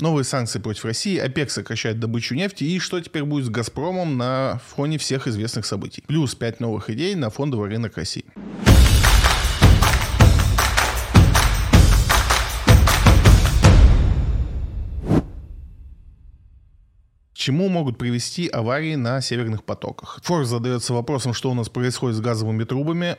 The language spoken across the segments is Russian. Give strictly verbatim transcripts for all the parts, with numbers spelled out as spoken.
новые санкции против России, ОПЕК сокращает добычу нефти, и что теперь будет с «Газпромом» на фоне всех известных событий. Плюс пять новых идей на фондовый рынок России. К чему могут привести аварии на северных потоках? Форс задается вопросом, что у нас происходит с газовыми трубами.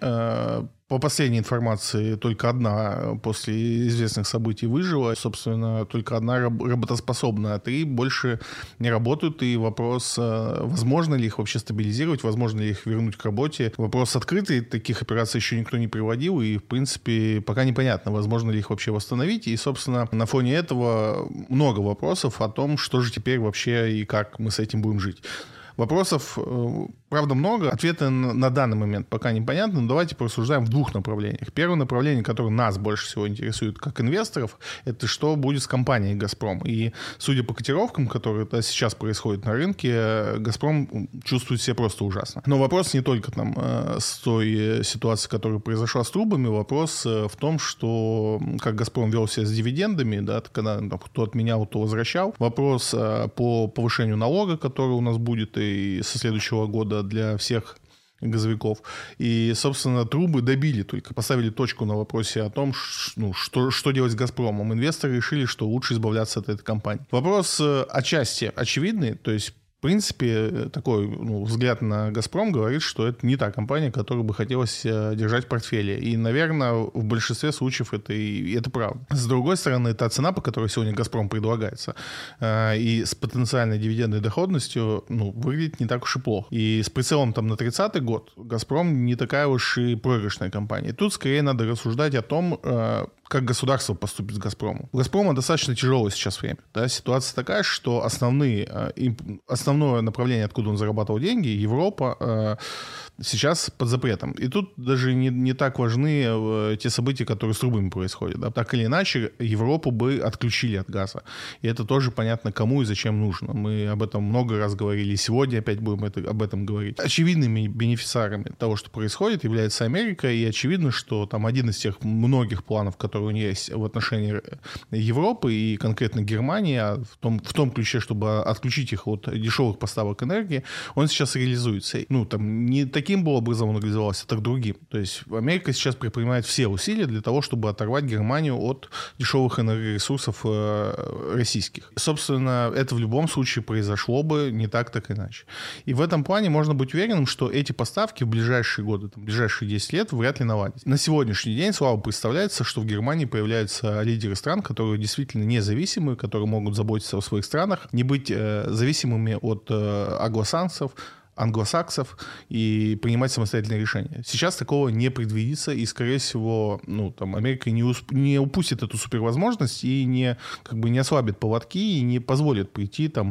По последней информации, только одна после известных событий выжила. Собственно, только одна работоспособна, а три больше не работают. И вопрос, возможно ли их вообще стабилизировать, возможно ли их вернуть к работе. Вопрос открытый, таких операций еще никто не приводил. И, в принципе, пока непонятно, возможно ли их вообще восстановить. И, собственно, на фоне этого много вопросов о том, что же теперь вообще и как мы с этим будем жить. Вопросов, правда, много. Ответы на данный момент пока непонятны, но давайте порассуждаем в двух направлениях. Первое направление, которое нас больше всего интересует как инвесторов, это что будет с компанией «Газпром». И судя по котировкам, которые сейчас происходят на рынке, «Газпром» чувствует себя просто ужасно. Но вопрос не только там с той ситуацией, которая произошла с трубами, вопрос в том, что как «Газпром» вел себя с дивидендами, да, когда там, кто отменял, то возвращал. Вопрос по повышению налога, который у нас будет и со следующего года для всех газовиков. И, собственно, трубы добили только, поставили точку на вопросе о том, ну, что, что делать с «Газпромом». Инвесторы решили, что лучше избавляться от этой компании. Вопрос отчасти очевидный, то есть в принципе, такой ну, взгляд на «Газпром» говорит, что это не та компания, которую бы хотелось держать в портфеле. И, наверное, в большинстве случаев это, и, это правда. С другой стороны, та цена, по которой сегодня «Газпром» предлагается, э, и с потенциальной дивидендной доходностью ну, выглядит не так уж и плохо. И с прицелом там, на тридцатый год «Газпром» не такая уж и проигрышная компания. Тут скорее надо рассуждать о том, э, как государство поступит с «Газпромом». У «Газпрома» достаточно тяжелое сейчас время. Да? Ситуация такая, что основные, э, основное направление, откуда он зарабатывал деньги, Европа, э, сейчас под запретом. И тут даже не, не так важны э, те события, которые с трубами происходят. Да? Так или иначе, Европу бы отключили от газа. И это тоже понятно, кому и зачем нужно. Мы об этом много раз говорили. И сегодня опять будем это, об этом говорить. Очевидными бенефициарами того, что происходит, является Америка. И очевидно, что там один из тех многих планов, которые у нее есть в отношении Европы и конкретно Германии, в том, в том ключе, чтобы отключить их от дешевых поставок энергии, он сейчас реализуется. Ну, там не таким был образом он реализовался, а так другим. То есть Америка сейчас предпринимает все усилия для того, чтобы оторвать Германию от дешевых энергоресурсов э, российских. Собственно, это в любом случае произошло бы не так, так иначе. И в этом плане можно быть уверенным, что эти поставки в ближайшие годы, там, в ближайшие десять лет вряд ли наладятся. На сегодняшний день, слава, представляется, что в Германии появляются лидеры стран, которые действительно независимые, которые могут заботиться о своих странах, не быть э, зависимыми от э, англосаксов, англосаксов и принимать самостоятельные решения. Сейчас такого не предвидится, и, скорее всего, ну, там, Америка не, усп- не упустит эту супервозможность и не, как бы не ослабит поводки и не позволит прийти там,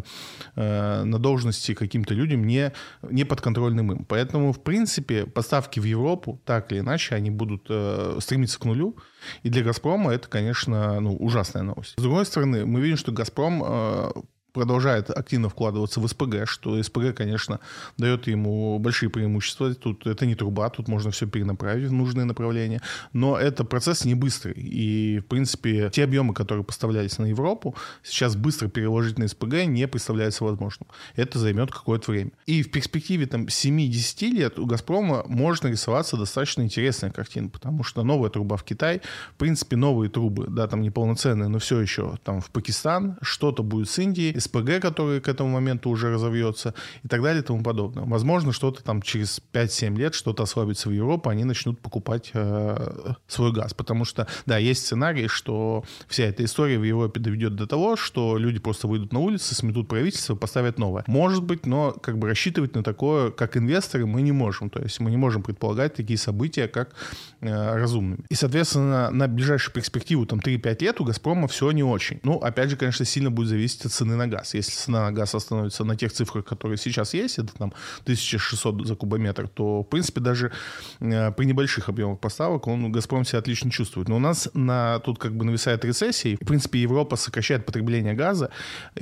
э, на должности каким-то людям не, не подконтрольным им. Поэтому, в принципе, поставки в Европу, так или иначе, они будут э, стремиться к нулю. И для «Газпрома» это, конечно, ну, ужасная новость. С другой стороны, мы видим, что «Газпром» э, продолжает активно вкладываться в СПГ, что СПГ, конечно, дает ему большие преимущества. Тут это не труба, тут можно все перенаправить в нужные направления. Но это процесс не быстрый. И, в принципе, те объемы, которые поставлялись на Европу, сейчас быстро переложить на СПГ не представляется возможным. Это займет какое-то время. И в перспективе там, семь-десять лет у «Газпрома» может нарисоваться достаточно интересная картина, потому что новая труба в Китай, в принципе, новые трубы, да, там неполноценные, но все еще там в Пакистан, что-то будет с Индией, СПГ, который к этому моменту уже разовьется и так далее и тому подобное. Возможно, что-то там через пять-семь лет что-то ослабится в Европе, они начнут покупать э, свой газ. Потому что, да, есть сценарий, что вся эта история в Европе доведет до того, что люди просто выйдут на улицы, сметут правительство, поставят новое. Может быть, но как бы рассчитывать на такое, как инвесторы, мы не можем. То есть мы не можем предполагать такие события, как э, разумными. И, соответственно, на ближайшую перспективу, там, три-пять лет у «Газпрома» все не очень. Ну, опять же, конечно, сильно будет зависеть от цены на газ. Если цена на газ остановится на тех цифрах, которые сейчас есть, это там тысяча шестьсот за кубометр, то, в принципе, даже э, при небольших объемах поставок он, «Газпром» себя отлично чувствует. Но у нас на, тут как бы нависает рецессия, и, в принципе, Европа сокращает потребление газа, и,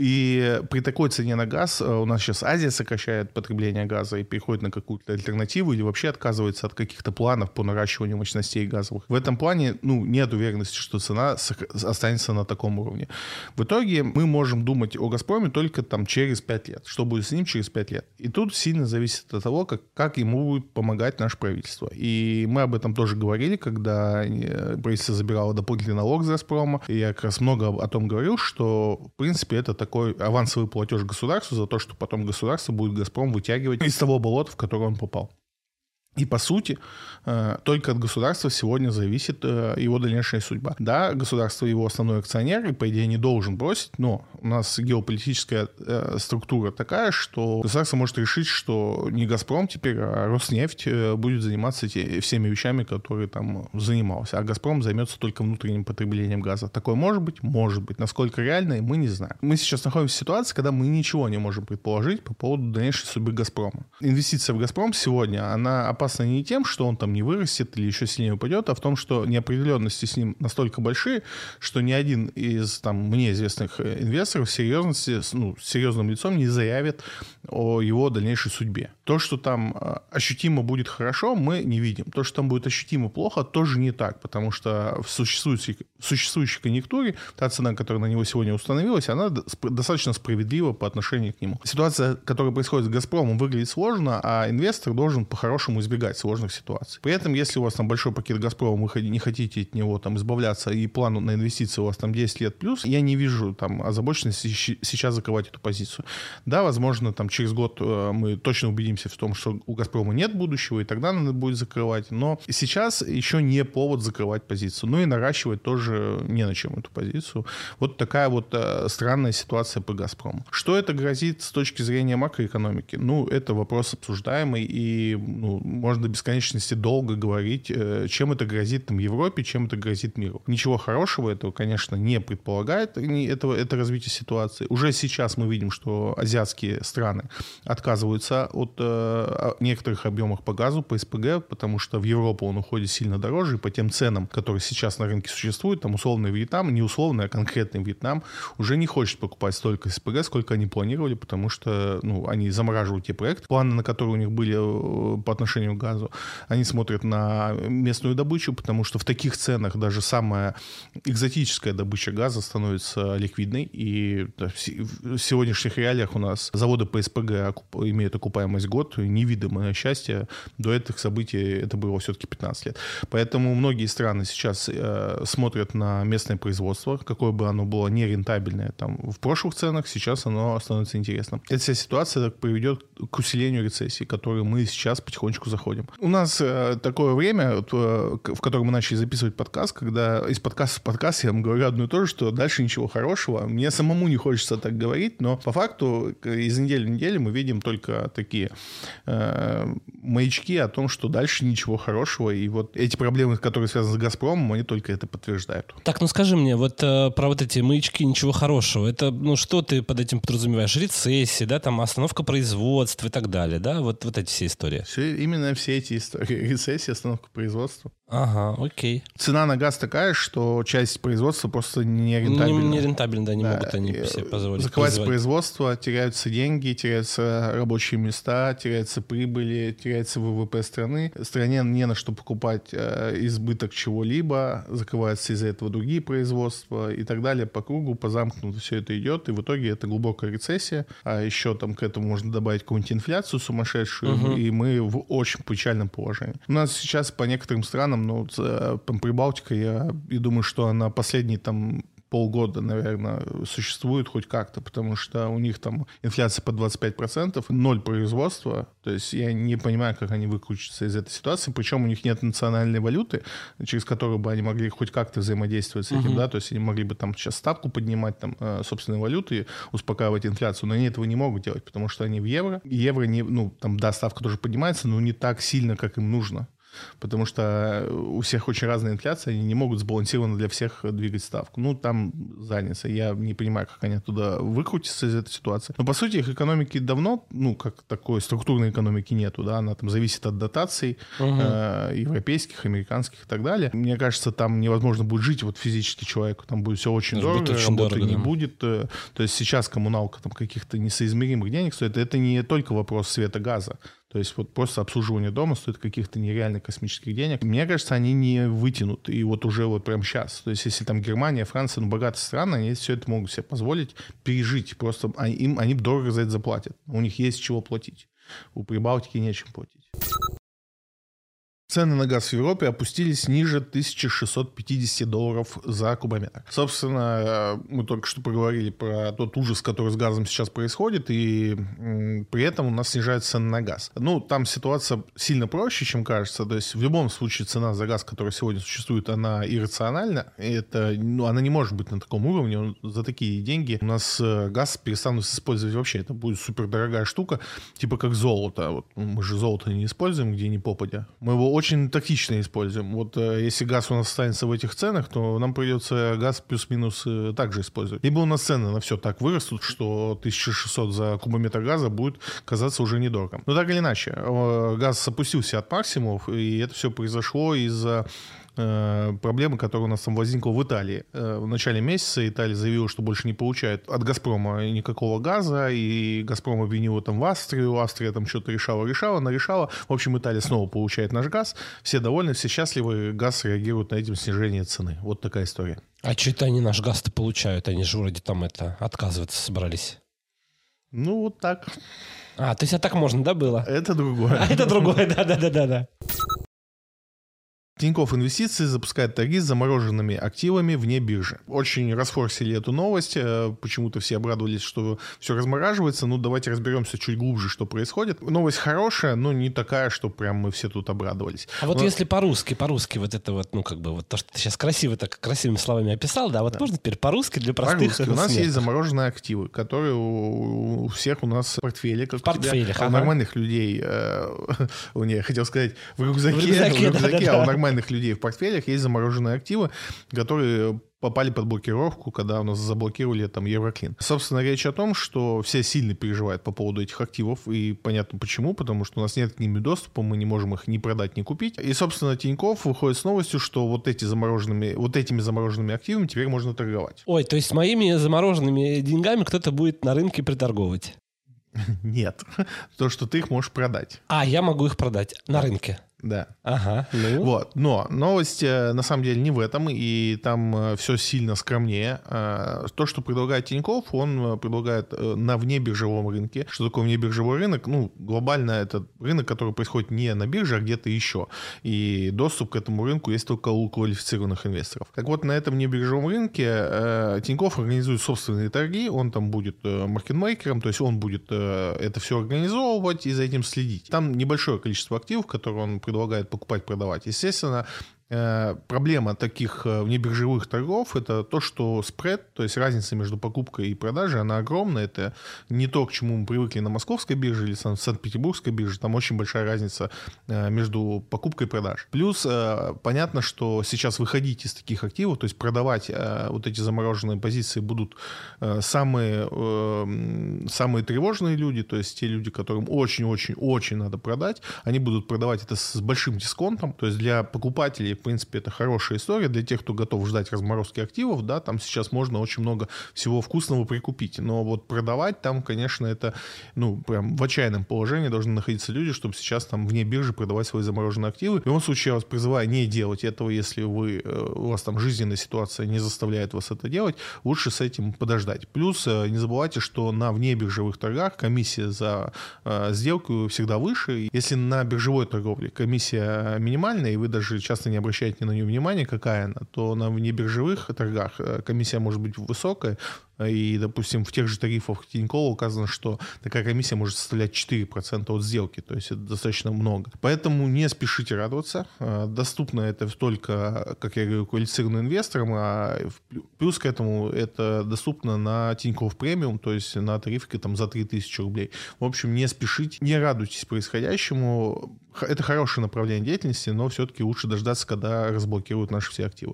И при такой цене на газ у нас сейчас Азия сокращает потребление газа и переходит на какую-то альтернативу или вообще отказывается от каких-то планов по наращиванию мощностей газовых. В этом плане ну, нет уверенности, что цена останется на таком уровне. В итоге мы можем думать о «Газпроме» только там через пять лет. Что будет с ним через пять лет? И тут сильно зависит от того, как, как ему будет помогать наше правительство. И мы об этом тоже говорили, когда правительство забирало дополнительный налог с «Газпрома». И я как раз много о том говорил, что в принципе это такой авансовый платеж государству за то, что потом государство будет «Газпром» вытягивать из того болота, в которое он попал. И, по сути, только от государства сегодня зависит его дальнейшая судьба. Да, государство его основной акционер, и, по идее, не должен бросить, но у нас геополитическая структура такая, что государство может решить, что не «Газпром» теперь, а «Роснефть» будет заниматься эти, всеми вещами, которые там занимался, а «Газпром» займется только внутренним потреблением газа. Такое может быть? Может быть. Насколько реально, мы не знаем. Мы сейчас находимся в ситуации, когда мы ничего не можем предположить по поводу дальнейшей судьбы «Газпрома». Инвестиция в «Газпром» сегодня, она опасна не тем, что он там не вырастет или еще сильнее упадет, а в том, что неопределенности с ним настолько большие, что ни один из там, мне известных инвесторов в серьезности, ну, с серьезным лицом не заявит о его дальнейшей судьбе. То, что там ощутимо будет хорошо, мы не видим. То, что там будет ощутимо плохо, тоже не так, потому что в существующей, в существующей конъюнктуре та цена, которая на него сегодня установилась, она достаточно справедлива по отношению к нему. Ситуация, которая происходит с «Газпромом», выглядит сложно, а инвестор должен по-хорошему избегать сложных ситуаций. При этом, если у вас там большой пакет «Газпрома», вы не хотите от него там избавляться, и план на инвестиции у вас там десять лет плюс, я не вижу там озабоченности сейчас закрывать эту позицию. Да, возможно, там через год мы точно убедимся в том, что у «Газпрома» нет будущего, и тогда надо будет закрывать. Но сейчас еще не повод закрывать позицию. Ну и наращивать тоже не на чем эту позицию. Вот такая вот странная ситуация по «Газпрому». Что это грозит с точки зрения макроэкономики? Ну, это вопрос обсуждаемый, и ну, можно до бесконечности долго говорить, чем это грозит там, Европе, чем это грозит миру. Ничего хорошего этого, конечно, не предполагает этого, это развитие ситуации. Уже сейчас мы видим, что азиатские страны отказываются от э, некоторых объемов по газу, по СПГ, потому что в Европу он уходит сильно дороже, и по тем ценам, которые сейчас на рынке существуют, там условный Вьетнам, не условный, а конкретный Вьетнам, уже не хочет покупать столько СПГ, сколько они планировали, потому что ну, они замораживают те проекты, планы, на которые у них были по отношению к газу. Они смотрят на местную добычу, потому что в таких ценах даже самая экзотическая добыча газа становится ликвидной. И в сегодняшних реалиях у нас заводы по СПГ имеют окупаемость год, невидимое счастье. До этих событий это было все-таки пятнадцать лет. Поэтому многие страны сейчас э, смотрят на местное производство, какое бы оно было нерентабельное там, в прошлых ценах, сейчас оно становится интересным. Эта вся ситуация приведет к усилению рецессии, в которую мы сейчас потихонечку заходим. У нас э, такое время, вот, э, в котором мы начали записывать подкаст, когда из подкаста в подкаст я вам говорю одно и то же, что дальше ничего хорошего. Мне самому не хочется так говорить, но по факту из недели в неделю мы видим только такие э, маячки о том, что дальше ничего хорошего. И вот эти проблемы, которые связаны с «Газпромом, они только это подтверждают. Так, ну скажи мне, вот э, про вот эти маячки ничего хорошего. Это, ну что ты под этим подразумеваешь? Рецессия, да, там остановка производства и так далее, да? Вот, вот эти все истории. Все, именно все эти истории. Рецессия, остановка производства. Ага, окей. Цена на газ такая, что часть производства просто не рентабельна. Не, не рентабельно, да, не да. могут они себе позволить. Закрывается производство, теряются деньги, теряются рабочие места, теряются прибыли, теряется ВВП страны. Стране не на что покупать э, избыток чего-либо, закрываются из-за этого другие производства и так далее по кругу, по замкнуту все это идет, и в итоге это глубокая рецессия. А еще там к этому можно добавить какую-нибудь инфляцию сумасшедшую, угу. и мы в очень печальном положении. У нас сейчас по некоторым странам, ну, там, Прибалтика, я, я думаю, что она последние там полгода, наверное, существует хоть как-то, потому что у них там инфляция по двадцать пять процентов, ноль производства, то есть я не понимаю, как они выкрутятся из этой ситуации, причем у них нет национальной валюты, через которую бы они могли хоть как-то взаимодействовать с этим, uh-huh. да, то есть они могли бы там сейчас ставку поднимать, там, собственной валюты, успокаивать инфляцию, но они этого не могут делать, потому что они в евро, евро, не, ну, там, да, ставка тоже поднимается, но не так сильно, как им нужно. потому что у всех очень разная инфляция, они не могут сбалансированно для всех двигать ставку. Ну, там задница. Я не понимаю, как они оттуда выкрутятся из этой ситуации. Но, по сути, их экономики давно, ну, как такой структурной экономики нету, да, она там зависит от дотаций угу. э, европейских, американских и так далее. Мне кажется, там невозможно будет жить вот физически человеку, там будет все очень Может дорого, очень работы дорого, не да. будет. То есть сейчас коммуналка там каких-то несоизмеримых денег стоит. Это не только вопрос света, газа. То есть вот просто обслуживание дома стоит каких-то нереальных космических денег. Мне кажется, они не вытянут. И вот уже вот прямо сейчас. То есть если там Германия, Франция, ну, богатые страны, они все это могут себе позволить пережить. Просто они, им, они дорого за это заплатят. У них есть чего платить. У Прибалтики нечем платить. Цены на газ в Европе опустились ниже тысяча шестьсот пятьдесят долларов за кубометр. Собственно, мы только что поговорили про тот ужас, который с газом сейчас происходит, и м, при этом у нас снижаются цены на газ. Ну, там ситуация сильно проще, чем кажется. То есть в любом случае цена за газ, которая сегодня существует, она иррациональна. И это, ну, она не может быть на таком уровне. За такие деньги у нас газ перестанут использовать вообще. Это будет супердорогая штука, типа как золото. Вот мы же золото не используем где ни попадя. Мы его очень тактично используем. Вот э, если газ у нас останется в этих ценах, то нам придется газ плюс-минус э, также использовать. Либо у нас цены на все так вырастут, что тысяча шестьсот за кубометр газа будет казаться уже недорого. Но так или иначе, э, газ опустился от максимумов, и это все произошло из-за проблемы, которая у нас там возникла в Италии. В начале месяца Италия заявила, что больше не получает от «Газпрома» никакого газа, и «Газпром» обвинил там в Австрию, Австрия там что-то решала, решала, нарешала. В общем, Италия снова получает наш газ. Все довольны, все счастливы, газ реагирует на этим снижение цены. Вот такая история. А что это они наш газ-то получают? Они же вроде там это отказываться собрались. Ну, вот так. А, то есть а так можно, да, было? Это другое. А это другое, да-да-да-да. Тинькофф Инвестиции запускает торги с замороженными активами вне биржи. Очень расфорсили эту новость. Почему-то все обрадовались, что все размораживается. Ну, давайте разберемся чуть глубже, что происходит. Новость хорошая, но не такая, что прям мы все тут обрадовались. А вот но... если по-русски, по-русски вот это вот, ну, как бы, вот то, что ты сейчас красиво так, красивыми словами описал, да, вот да. Можно теперь по-русски для простых по-русски. У нас есть замороженные активы, которые у, у всех у нас в портфеле. Как в портфелях, ага. У нормальных людей, э, у меня, я хотел сказать, в рюкзаке, в рюкзаке, в рюкзаке да, да, а да. у нормальных людей в портфелях есть замороженные активы, которые попали под блокировку, когда у нас заблокировали там Евроклин. Собственно, речь о том, что все сильно переживают по поводу этих активов, и понятно почему, потому что у нас нет к ним доступа, мы не можем их ни продать, ни купить. И, собственно, Тинькофф выходит с новостью, что вот, эти замороженными, вот этими замороженными активами теперь можно торговать. Ой, то есть моими замороженными деньгами кто-то будет на рынке приторговывать? Нет. То, что ты их можешь продать. А, я могу их продать на рынке? Да. Ага. Ну. Вот. Но новость на самом деле не в этом, и там все сильно скромнее. То, что предлагает Тинькофф, он предлагает на внебиржевом рынке. Что такое внебиржевой рынок? Ну, глобально это рынок, который происходит не на бирже, а где-то еще. И доступ к этому рынку есть только у квалифицированных инвесторов. Так вот, на этом внебиржевом рынке Тинькофф организует собственные торги, он там будет маркетмейкером, то есть он будет это все организовывать и за этим следить. Там небольшое количество активов, которые он предлагает покупать, продавать. Естественно, проблема таких внебиржевых торгов — это то, что спред, то есть разница между покупкой и продажей, она огромная. Это не то, к чему мы привыкли на московской бирже или Санкт-Петербургской бирже. Там очень большая разница между покупкой и продажей. Плюс понятно, что сейчас выходить из таких активов, то есть продавать вот эти замороженные позиции будут самые, самые тревожные люди, то есть те люди, которым очень-очень-очень надо продать. Они будут продавать это с большим дисконтом. То есть для покупателей, в принципе, это хорошая история. Для тех, кто готов ждать разморозки активов, да, там сейчас можно очень много всего вкусного прикупить. Но вот продавать там, конечно, это, ну, прям в отчаянном положении должны находиться люди, чтобы сейчас там вне биржи продавать свои замороженные активы. В любом случае, я вас призываю не делать этого, если вы, у вас там жизненная ситуация не заставляет вас это делать, лучше с этим подождать. Плюс не забывайте, что на внебиржевых торгах комиссия за э, сделку всегда выше. Если на биржевой торговле комиссия минимальная, и вы даже часто не обращаете на нее внимания, какая она, то на внебиржевых торгах комиссия может быть высокая. И, допустим, в тех же тарифах Тинькова указано, что такая комиссия может составлять четыре процента от сделки, то есть это достаточно много. Поэтому не спешите радоваться. Доступно это только, как я говорю, квалифицированным инвесторам, а плюс к этому это доступно на Тинькофф премиум, то есть на тарифике там за три тысячи рублей. В общем, не спешите, не радуйтесь происходящему. это хорошее направление деятельности, но все-таки лучше дождаться, когда разблокируют наши все активы.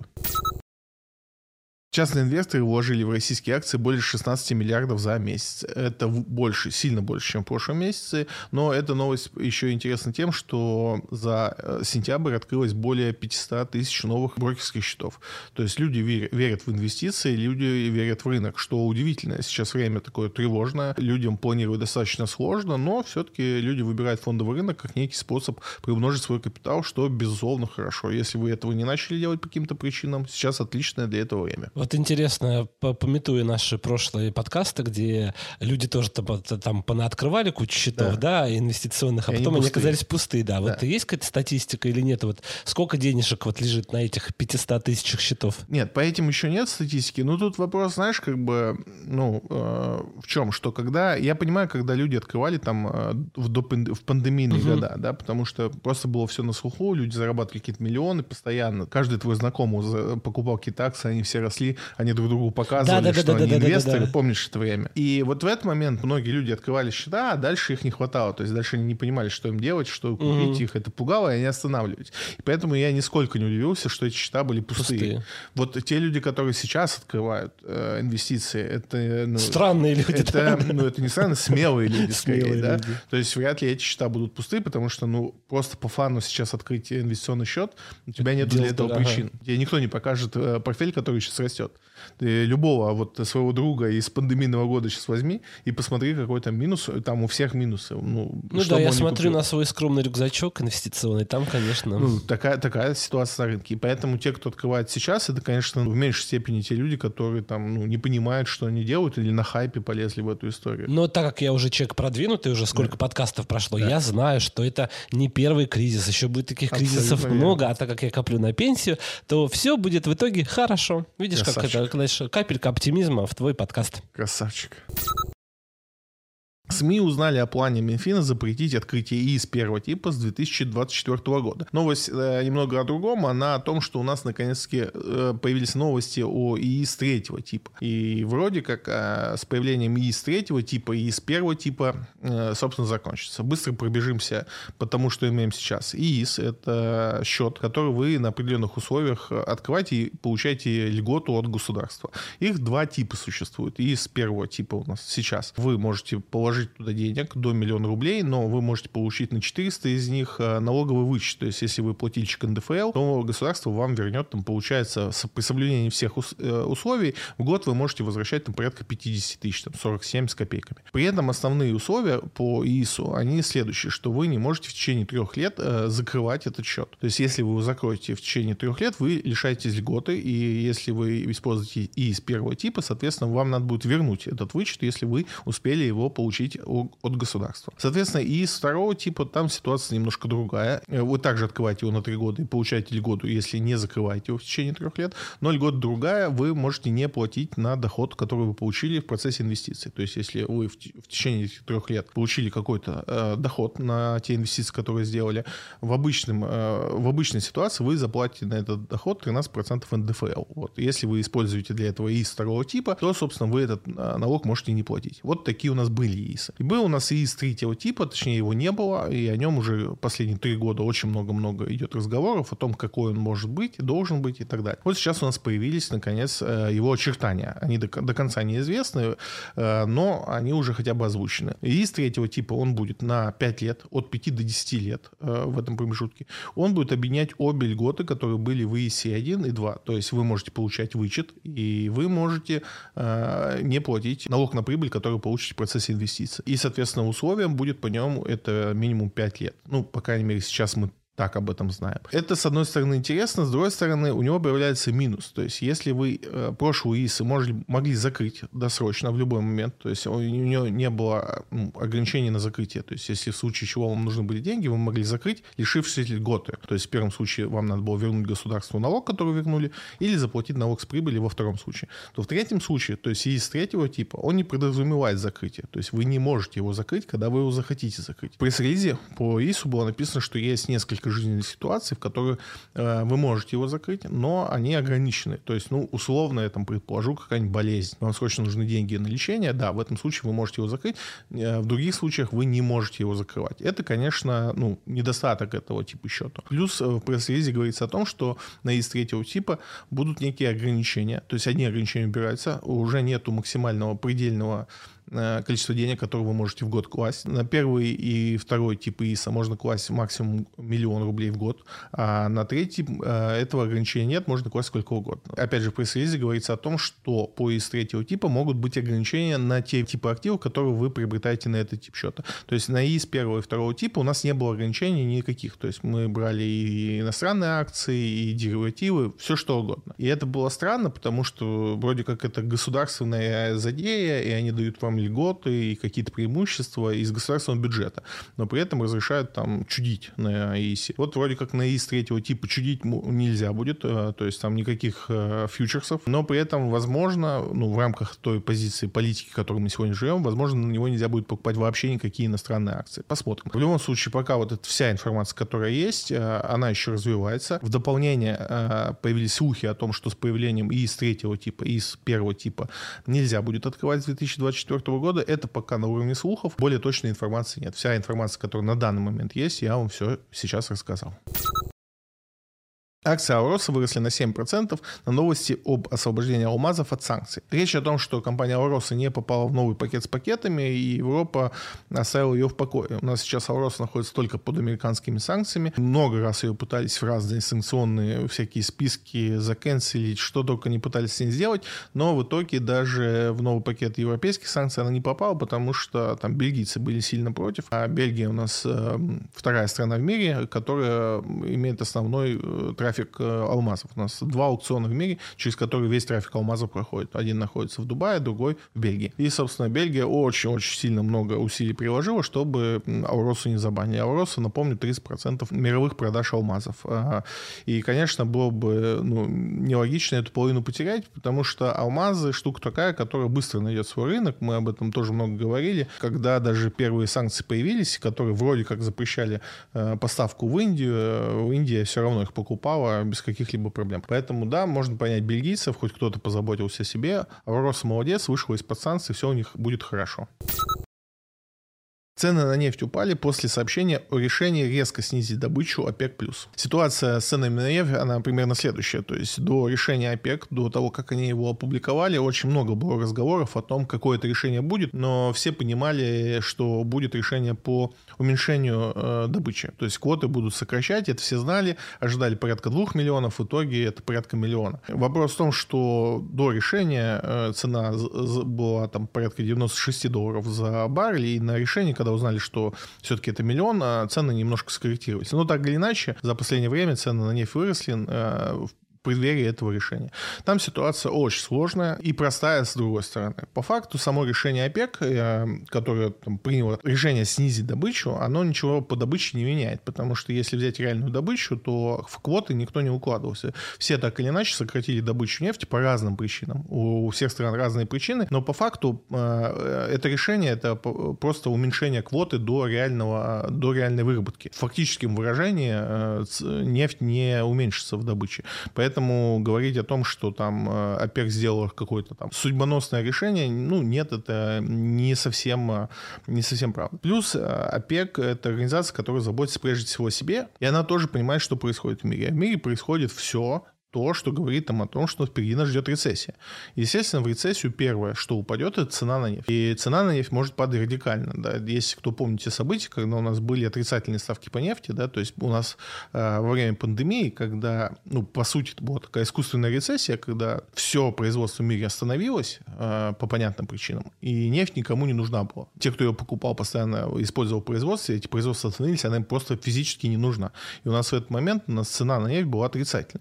Частные инвесторы вложили в российские акции более шестнадцать миллиардов за месяц. Это больше, сильно больше, чем в прошлом месяце. Но эта новость еще интересна тем, что за сентябрь открылось более пятьсот тысяч новых брокерских счетов. То есть люди верят в инвестиции, люди верят в рынок, что удивительно. Сейчас время такое тревожное, людям планировать достаточно сложно, но все-таки люди выбирают фондовый рынок как некий способ приумножить свой капитал, что, безусловно, хорошо. Если вы этого не начали делать по каким-то причинам, сейчас отличное для этого время. Вот интересно, пометуя наши прошлые подкасты, где люди тоже там, там понаоткрывали кучу счетов, да, да инвестиционных, а и потом они, они оказались пустые, да. да. Вот есть какая-то статистика или нет? Вот сколько денежек вот лежит на этих пятистах тысячах счетов? Нет, по этим еще нет статистики, но тут вопрос, знаешь, как бы, ну, э, в чем, что когда, я понимаю, когда люди открывали там э, в, до, в пандемийные угу. года, да, потому что просто было все на слуху, люди зарабатывали какие-то миллионы постоянно, каждый твой знакомый покупал какие-то акции, они все росли, они друг другу показывали, да, да, что да, они да, инвесторы, да, да, да. Помнишь это время. И вот в этот момент многие люди открывали счета, а дальше их не хватало. То есть дальше они не понимали, что им делать, что купить, угу. их это пугало, и они останавливались. И поэтому я нисколько не удивился, что эти счета были пустые. пустые. Вот те люди, которые сейчас открывают э, инвестиции, это... Ну, странные люди. Это, да? ну, это не странно, смелые люди скорее. Смелые да? люди. То есть вряд ли эти счета будут пустые, потому что ну просто по фану сейчас открыть инвестиционный счет, у тебя нет для этого ага. причин. Тебе никто не покажет э, портфель, который сейчас растет. Ты любого вот своего друга из пандемийного года сейчас возьми и посмотри, какой там минус. Там у всех минусы. Ну, ну да, я смотрю купил. на свой скромный рюкзачок инвестиционный, там, конечно... Ну, такая, такая ситуация на рынке. И поэтому те, кто открывает сейчас, это, конечно, в меньшей степени те люди, которые там ну, не понимают, что они делают, или на хайпе полезли в эту историю. Но так как я уже человек продвинутый, уже сколько да. подкастов прошло, да. я знаю, что это не первый кризис. Еще будет таких Абсолютно кризисов верно. много, а так как я коплю на пенсию, то все будет в итоге хорошо. Видишь, Красавчик. как это... Знаешь, капелька оптимизма в твой подкаст. Красавчик. СМИ узнали о плане Минфина запретить открытие ИИС первого типа с две тысячи двадцать четвёртого года. Новость э, немного о другом, она о том, что у нас наконец-таки э, появились новости о ИИС третьего типа. И вроде как э, с появлением ИИС третьего типа, ИИС первого типа, э, собственно, закончится. Быстро пробежимся по тому, что имеем сейчас. ИИС — это счет, который вы на определенных условиях открываете и получаете льготу от государства. Их два типа существует. ИИС первого типа у нас сейчас. Вы можете положить туда денег до миллиона рублей, но вы можете получить на четыреста из них налоговый вычет. То есть, если вы плательщик эн дэ эф эл, то государство вам вернет, там, получается, при соблюдении всех условий, в год вы можете возвращать там, порядка пятьдесят тысяч, там, сорок семь с копейками. При этом основные условия по ИИСу, они следующие, что вы не можете в течение трех лет э, закрывать этот счет. То есть, если вы его закроете в течение трех лет, вы лишаетесь льготы, и если вы используете ИИС первого типа, соответственно, вам надо будет вернуть этот вычет, если вы успели его получить от государства. Соответственно, ИИС второго типа, там ситуация немножко другая. Вы также открываете его на три года и получаете льготу, если не закрываете его в течение трех лет, но льгота другая, вы можете не платить на доход, который вы получили в процессе инвестиций. То есть, если вы в течение этих трех лет получили какой-то э, доход на те инвестиции, которые сделали, в, обычном, э, в обычной ситуации вы заплатите на этот доход тринадцать процентов эн дэ эф эл. Вот. Если вы используете для этого ИИС второго типа, то, собственно, вы этот налог можете не платить. Вот такие у нас были ИИСы. И был у нас ИИС третьего типа, точнее его не было, и о нем уже последние три года очень много-много идет разговоров о том, какой он может быть, должен быть и так далее. Вот сейчас у нас появились, наконец, его очертания. Они до, до конца неизвестны, но они уже хотя бы озвучены. ИИС третьего типа, он будет на пять лет, от пяти до десяти лет в этом промежутке. Он будет объединять обе льготы, которые были в ИИСе один и два. То есть вы можете получать вычет, и вы можете не платить налог на прибыль, который получите в процессе инвестиций. И, соответственно, условием будет по нему это минимум пять лет. Ну, по крайней мере, сейчас мы так об этом знаем. Это, с одной стороны, интересно, с другой стороны, у него появляется минус. То есть, если вы э, прошлую ИИСы можли, могли закрыть досрочно в любой момент, то есть, у него не было ну, ограничений на закрытие. То есть, если в случае чего вам нужны были деньги, вы могли закрыть, лишившись льготы. То есть, в первом случае вам надо было вернуть государству налог, который вернули, или заплатить налог с прибыли во втором случае. То в третьем случае, то есть, ИИС третьего типа, он не подразумевает закрытие. То есть, вы не можете его закрыть, когда вы его захотите закрыть. В пресс-релизе по ИИСу было написано, что есть несколько редкой жизненной ситуации, в которой э, вы можете его закрыть, но они ограничены. То есть, ну, условно, я там предположу, какая-нибудь болезнь. Вам срочно нужны деньги на лечение, да, в этом случае вы можете его закрыть. Э, в других случаях вы не можете его закрывать. Это, конечно, ну, недостаток этого типа счета. Плюс в пресс-релизе говорится о том, что на ИИС третьего типа будут некие ограничения. То есть одни ограничения убираются, уже нету максимального предельного количество денег, которое вы можете в год класть. На первый и второй тип ИИСа можно класть максимум миллион рублей в год, а на третий этого ограничения нет, можно класть сколько угодно. Опять же, в пресс-релизе говорится о том, что по ИИС третьего типа могут быть ограничения на те типы активов, которые вы приобретаете на этот тип счета. То есть на ИИС первого и второго типа у нас не было ограничений никаких. То есть мы брали и иностранные акции, и деривативы, все что угодно. И это было странно, потому что вроде как это государственная задея, и они дают вам льготы и какие-то преимущества из государственного бюджета, но при этом разрешают там чудить на ИИСе. Вот вроде как на ИИС третьего типа чудить нельзя будет, то есть там никаких фьючерсов, но при этом, возможно, ну, в рамках той позиции политики, в которой мы сегодня живем, возможно, на него нельзя будет покупать вообще никакие иностранные акции. Посмотрим. В любом случае, пока вот эта вся информация, которая есть, она еще развивается. В дополнение появились слухи о том, что с появлением ИИС третьего типа, ИИС первого типа нельзя будет открывать с две тысячи двадцать четвёртого года. Это пока на уровне слухов. Более точной информации нет. Вся информация, которая на данный момент есть, я вам все сейчас рассказал. Акции Алроса выросли на семь процентов на новости об освобождении алмазов от санкций. Речь о том, что компания Алроса не попала в новый пакет с пакетами, и Европа оставила ее в покое. У нас сейчас Алроса находится только под американскими санкциями. Много раз ее пытались в разные санкционные всякие списки закэнселить, что только не пытались с ней сделать, но в итоге даже в новый пакет европейских санкций она не попала, потому что там бельгийцы были сильно против. А Бельгия у нас э, вторая страна в мире, которая имеет основной э, трафик алмазов. У нас два аукциона в мире, через которые весь трафик алмазов проходит. Один находится в Дубае, другой в Бельгии. И, собственно, Бельгия очень-очень сильно много усилий приложила, чтобы Алросу не забанили. Алроса, напомню, тридцать процентов мировых продаж алмазов. И, конечно, было бы ну, нелогично эту половину потерять, потому что алмазы штука такая, которая быстро найдет свой рынок. Мы об этом тоже много говорили. Когда даже первые санкции появились, которые вроде как запрещали поставку в Индию, Индия все равно их покупала без каких-либо проблем. Поэтому, да, можно понять бельгийцев, хоть кто-то позаботился о себе. Алроса молодец, вышла из-под санкций, все у них будет хорошо. Цены на нефть упали после сообщения о решении резко снизить добычу ОПЕК+. Ситуация с ценами на нефть, она примерно следующая. То есть до решения ОПЕК, до того, как они его опубликовали, очень много было разговоров о том, какое это решение будет, но все понимали, что будет решение по уменьшению э, добычи. То есть квоты будут сокращать, это все знали, ожидали порядка двух миллионов, в итоге это порядка миллиона. Вопрос в том, что до решения э, цена была там порядка девяносто шесть долларов за баррель, и на решение, когда узнали, что все-таки это миллион, а цены немножко скорректировались. Но так или иначе, за последнее время цены на нефть выросли э, в преддверии этого решения. Там ситуация очень сложная и простая с другой стороны. По факту само решение ОПЕК, э, которое там, приняло решение снизить добычу, оно ничего по добыче не меняет, потому что если взять реальную добычу, то в квоты никто не укладывался. Все так или иначе сократили добычу нефти по разным причинам. У всех стран разные причины, но по факту э, это решение это просто уменьшение квоты до, реального, до реальной выработки. В фактическом выражении э, нефть не уменьшится в добыче. Поэтому Поэтому говорить о том, что там ОПЕК сделал какое-то там судьбоносное решение, ну, нет, это не совсем, не совсем правда. Плюс ОПЕК — это организация, которая заботится прежде всего о себе, и она тоже понимает, что происходит в мире. В мире происходит все то, что говорит нам о том, что впереди нас ждет рецессия. Естественно, в рецессию первое, что упадет, это цена на нефть. И цена на нефть может падать радикально. Да. Если кто помнит те события, когда у нас были отрицательные ставки по нефти, да, то есть у нас э, во время пандемии, когда, ну, по сути, это была такая искусственная рецессия, когда все производство в мире остановилось э, по понятным причинам, и нефть никому не нужна была. Те, кто ее покупал, постоянно использовал производство, эти производства остановились, она им просто физически не нужна. И у нас в этот момент у нас цена на нефть была отрицательная.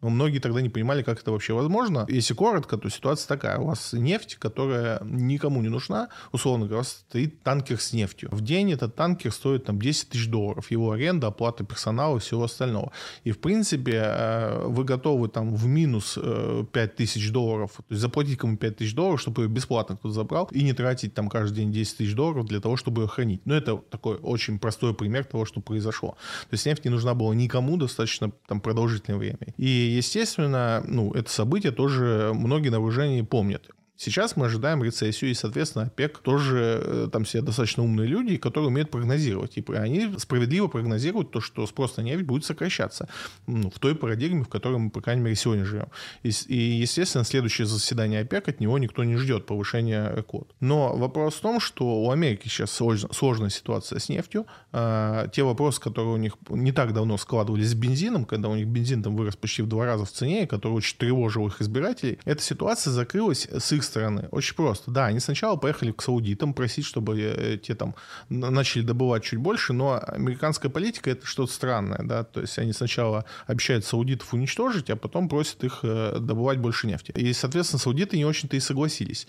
Но многие тогда не понимали, как это вообще возможно. Если коротко, то ситуация такая. У вас нефть, которая никому не нужна, условно говоря, стоит танкер с нефтью. В день этот танкер стоит там десять тысяч долларов. Его аренда, оплата персонала и всего остального. И, в принципе, вы готовы там в минус пять тысяч долларов, то есть заплатить кому пять тысяч долларов, чтобы ее бесплатно кто-то забрал, и не тратить там каждый день десять тысяч долларов для того, чтобы ее хранить. Но это такой очень простой пример того, что произошло. То есть нефть не нужна была никому достаточно там продолжительное время. И, естественно, ну, это событие тоже многие на вооружении помнят. Сейчас мы ожидаем рецессию, и, соответственно, ОПЕК тоже там все достаточно умные люди, которые умеют прогнозировать. И они справедливо прогнозируют то, что спрос на нефть будет сокращаться, ну, в той парадигме, в которой мы, по крайней мере, сегодня живем. И, и, естественно, следующее заседание ОПЕК, от него никто не ждет повышения квот. Но вопрос в том, что у Америки сейчас сложная, сложная ситуация с нефтью. А, те вопросы, которые у них не так давно складывались с бензином, когда у них бензин там вырос почти в два раза в цене, который очень тревожил их избирателей, эта ситуация закрылась с их стороны. Очень просто. Да, они сначала поехали к саудитам просить, чтобы те там начали добывать чуть больше, но американская политика — это что-то странное, да, то есть они сначала обещают саудитов уничтожить, а потом просят их добывать больше нефти. И, соответственно, саудиты не очень-то и согласились.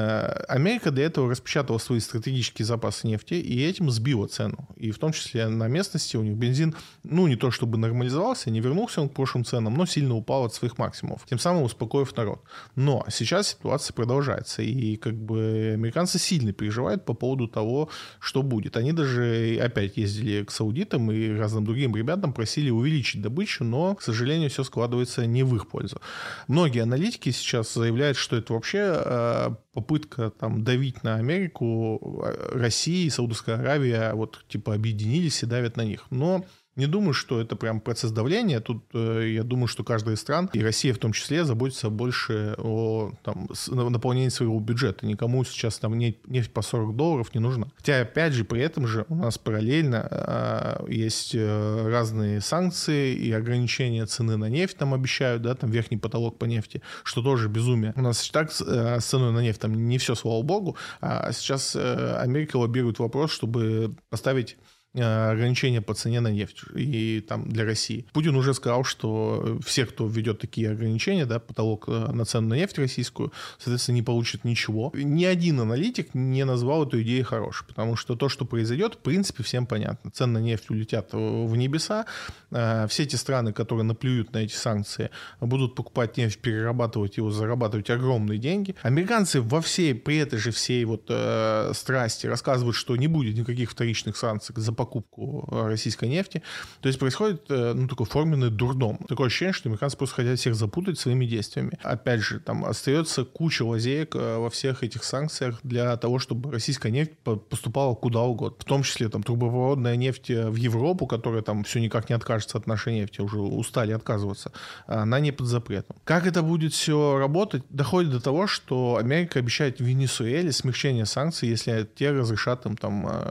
Америка для этого распечатала свои стратегические запасы нефти и этим сбила цену. И в том числе на местности у них бензин, ну, не то чтобы нормализовался, не вернулся он к прошлым ценам, но сильно упал от своих максимумов, тем самым успокоив народ. Но сейчас ситуация продолжается, и как бы американцы сильно переживают по поводу того, что будет. Они даже опять ездили к саудитам и разным другим ребятам, просили увеличить добычу, но, к сожалению, все складывается не в их пользу. Многие аналитики сейчас заявляют, что это вообще э, попытка там давить на Америку, Россия и Саудовская Аравия вот типа объединились и давят на них. Но не думаю, что это прям процесс давления. Тут э, я думаю, что каждая из стран, и Россия в том числе, заботится больше о там, наполнении своего бюджета. Никому сейчас там нефть по сорок долларов не нужна. Хотя, опять же, при этом же у нас параллельно э, есть э, разные санкции и ограничения цены на нефть там обещают, да, там верхний потолок по нефти, что тоже безумие. У нас так э, с ценой на нефть там не все, слава богу, а сейчас э, Америка лоббирует вопрос, чтобы поставить ограничения по цене на нефть и там для России. Путин уже сказал, что все, кто введет такие ограничения, да, потолок на цену на нефть российскую, соответственно, не получит ничего. Ни один аналитик не назвал эту идею хорошей, потому что то, что произойдет, в принципе, всем понятно. Цены на нефть улетят в небеса. Все эти страны, которые наплюют на эти санкции, будут покупать нефть, перерабатывать его, зарабатывать огромные деньги. Американцы во всей, при этой же всей вот э, страсти рассказывают, что не будет никаких вторичных санкций за покупку российской нефти. То есть происходит, ну, такой форменный дурдом. Такое ощущение, что американцы просто хотят всех запутать своими действиями. Опять же, там остается куча лазеек во всех этих санкциях для того, чтобы российская нефть поступала куда угодно. В том числе там трубопроводная нефть в Европу, которая там все никак не откажется от нашей нефти, уже устали отказываться, она не под запретом. Как это будет все работать? Доходит до того, что Америка обещает Венесуэле смягчение санкций, если те разрешат им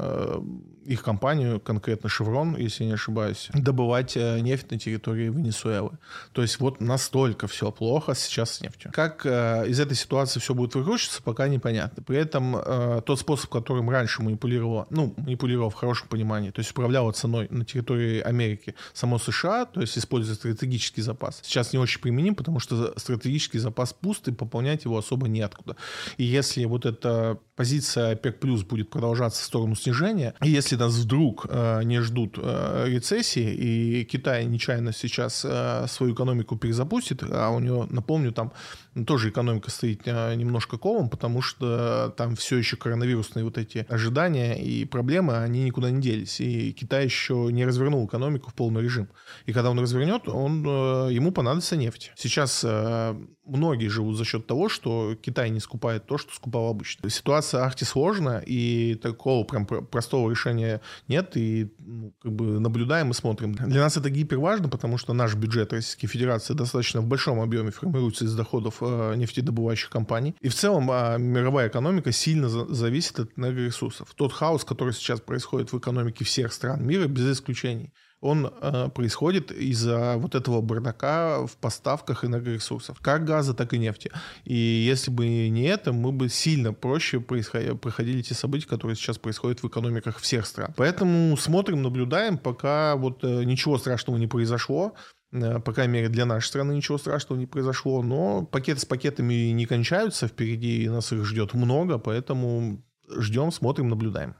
там их компанию, конкретно Шеврон, если я не ошибаюсь, добывать нефть на территории Венесуэлы. То есть вот настолько все плохо сейчас с нефтью. Как э, из этой ситуации все будет выкручиваться, пока непонятно. При этом э, тот способ, которым раньше манипулировала, ну, манипулировал в хорошем понимании, то есть управляла ценой на территории Америки само США, то есть используя стратегический запас, сейчас не очень применим, потому что стратегический запас пуст, и пополнять его особо неоткуда. И если вот эта позиция ОПЕК плюс будет продолжаться в сторону снижения, и если нас вдруг э, не ждут э, рецессии, и Китай нечаянно сейчас э, свою экономику перезапустит, а у него, напомню, там тоже экономика стоит э, немножко колом, потому что там все еще коронавирусные вот эти ожидания и проблемы, они никуда не делись. И Китай еще не развернул экономику в полный режим. И когда он развернет, он, э, ему понадобится нефть. Сейчас э, многие живут за счет того, что Китай не скупает то, что скупал обычно. Ситуация архисложная, и такого прям простого решения нет, и ну, как бы наблюдаем и смотрим. Для нас это гиперважно, потому что наш бюджет Российской Федерации достаточно в большом объеме формируется из доходов э, нефтедобывающих компаний. И в целом э, мировая экономика сильно за- зависит от энергоресурсов. Тот хаос, который сейчас происходит в экономике всех стран мира, без исключений, он э, происходит из-за вот этого бардака в поставках энергоресурсов, как газа, так и нефти. И если бы не это, мы бы сильно проще происход... проходили те события, которые сейчас происходят в экономиках всех стран. Поэтому смотрим, наблюдаем, пока вот э, ничего страшного не произошло. По крайней мере, для нашей страны ничего страшного не произошло. Но пакеты с пакетами не кончаются. Впереди нас их ждет много, поэтому ждем, смотрим, наблюдаем.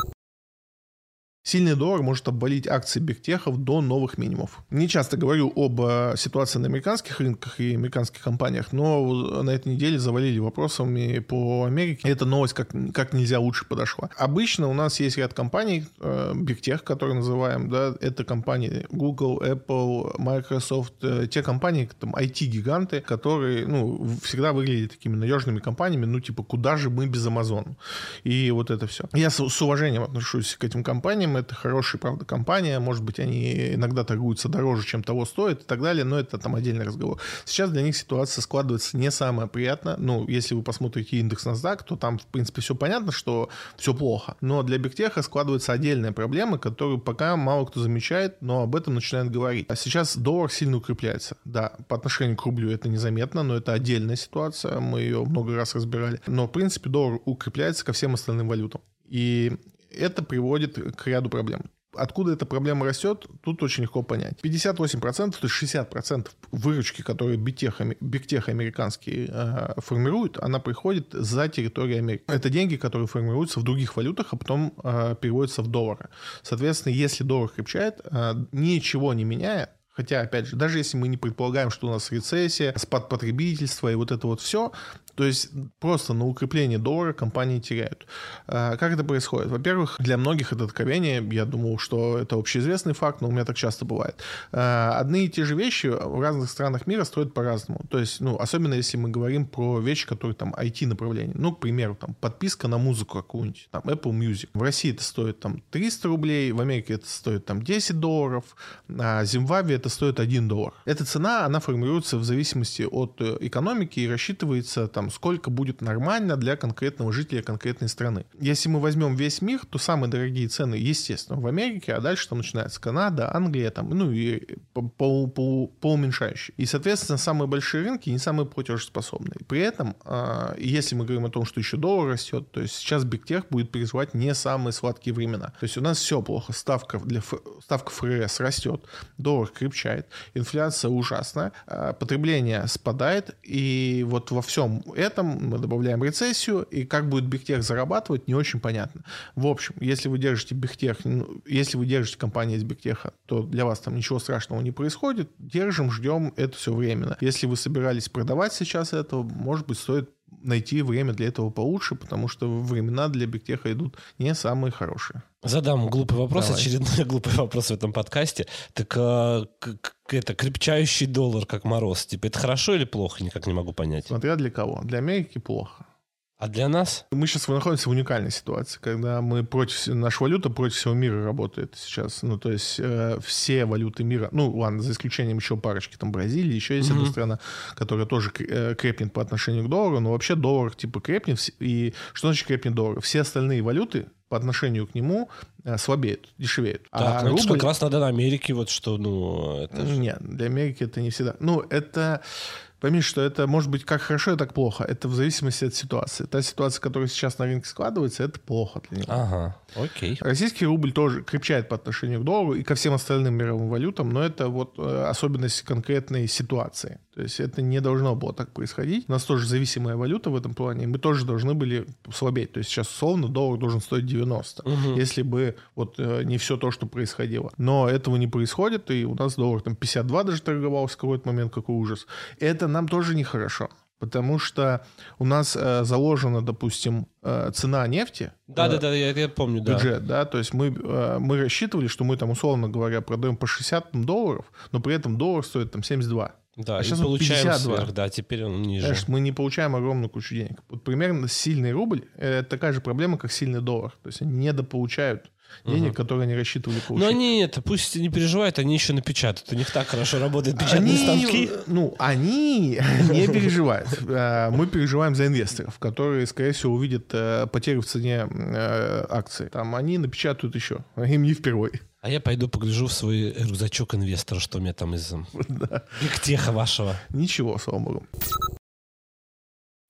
Сильный доллар может обвалить акции бигтехов до новых минимумов. Не часто говорю об э, ситуации на американских рынках и американских компаниях, но на этой неделе завалили вопросами по Америке. Эта новость как, как нельзя лучше подошла. Обычно у нас есть ряд компаний, э, бигтех, которые называем, да, это компании Google, Apple, Microsoft, э, те компании, там, ай ти-гиганты, которые, ну, всегда выглядели такими надежными компаниями, ну, типа, куда же мы без Amazon? И вот это все. Я с, с уважением отношусь к этим компаниям. Это хорошая, правда, компания. Может быть, они иногда торгуются дороже, чем того стоит и так далее, но это там отдельный разговор. Сейчас для них ситуация складывается не самая приятная. Ну, если вы посмотрите индекс NASDAQ, то там, в принципе, все понятно, что все плохо. Но для бигтеха складывается отдельная проблема, которую пока мало кто замечает, но об этом начинают говорить. А сейчас доллар сильно укрепляется. Да, по отношению к рублю это незаметно, но это отдельная ситуация. Мы ее много раз разбирали. Но, в принципе, доллар укрепляется ко всем остальным валютам. И это приводит к ряду проблем. Откуда эта проблема растет, тут очень легко понять. пятьдесят восемь процентов, то есть шестьдесят процентов выручки, которые бигтех, бигтех американские э, формируют, она приходит за территорию Америки. Это деньги, которые формируются в других валютах, а потом э, переводятся в доллары. Соответственно, если доллар крепчает, э, ничего не меняя, хотя, опять же, даже если мы не предполагаем, что у нас рецессия, спад потребительства и вот это вот все, то есть просто на укрепление доллара компании теряют. Как это происходит? Во-первых, для многих это откровение. Я думал, что это общеизвестный факт, но у меня так часто бывает. Одни и те же вещи в разных странах мира строят по-разному. То есть, ну, особенно если мы говорим про вещи, которые там ай ти-направление. Ну, к примеру, там подписка на музыку какую-нибудь, там Apple Music. В России это стоит там триста рублей, в Америке это стоит там десять долларов, а в Зимбабве это стоит один доллар. Эта цена, она формируется в зависимости от экономики и рассчитывается там, сколько будет нормально для конкретного жителя конкретной страны. Если мы возьмем весь мир, то самые дорогие цены, естественно, в Америке, а дальше там начинается Канада, Англия, там, ну и по, по, по, по уменьшающей. И, соответственно, самые большие рынки не самые платежеспособные. При этом, э, если мы говорим о том, что еще доллар растет, то есть сейчас бигтех будет переживать не самые сладкие времена. То есть у нас все плохо. Ставка, для, ставка эф эр эс растет, доллар крепчает, инфляция ужасная, э, потребление спадает, и вот во всем этом мы добавляем рецессию, и как будет бигтех зарабатывать, не очень понятно. В общем, если вы держите бигтех, если вы держите компанию из бигтеха, то для вас там ничего страшного не происходит. Держим, ждем, это все временно. Если вы собирались продавать сейчас это, может быть, стоит найти время для этого получше, потому что времена для бигтеха идут не самые хорошие. Задам глупый вопрос, Давай. Очередной глупый вопрос в этом подкасте. Так а, к, к, это крепчающий доллар, как мороз, типа, это хорошо или плохо? Никак не могу понять. Смотря для кого. Для Америки плохо. А для нас? Мы сейчас находимся в уникальной ситуации, когда мы против, наша валюта против всего мира работает сейчас. Ну, то есть э, все валюты мира, ну, ладно, за исключением еще парочки, там, Бразилии, еще есть mm-hmm. одна страна, которая тоже э, крепнет по отношению к доллару, но вообще доллар, типа, крепнет. И что значит крепнет доллар? Все остальные валюты по отношению к нему э, слабеют, дешевеют. Так, а ну, рубль... это как раз надо на Америке, вот что, ну... Это же... Нет, для Америки это не всегда. Ну, это... Пойми, что это может быть как хорошо и так плохо. Это в зависимости от ситуации. Та ситуация, которая сейчас на рынке складывается, это плохо для него. Ага, окей. Российский рубль тоже крепчает по отношению к доллару и ко всем остальным мировым валютам, но это вот особенность конкретной ситуации. То есть это не должно было так происходить. У нас тоже зависимая валюта в этом плане, и мы тоже должны были слабеть. То есть сейчас условно доллар должен стоить девяносто, угу. если бы вот не все то, что происходило. Но этого не происходит, и у нас доллар там пятьдесят два даже торговался в какой-то момент, какой ужас. Это нам тоже нехорошо, потому что у нас э, заложена, допустим, э, цена нефти. Да-да-да, э, я, я помню, да. Бюджет, да, то есть мы, э, мы рассчитывали, что мы там, условно говоря, продаем по шестьдесят долларов, но при этом доллар стоит там семьдесят два. Да, а и сейчас получаем пятьдесят два. Сверх, да, теперь он ниже. Знаешь, мы не получаем огромную кучу денег. Вот примерно сильный рубль — это такая же проблема, как сильный доллар. То есть они недополучают денег, угу. которые они рассчитывали получить. Но они это, пусть не переживают, они еще напечатают. У них так хорошо работают печатные они, станки. Ну, они не переживают. Мы переживаем за инвесторов, которые, скорее всего, увидят потерю в цене акций. Там они напечатают еще. Им не впервой. А я пойду погляжу в свой рюкзачок инвестора, что у меня там из бигтеха вашего. Ничего, слава богу.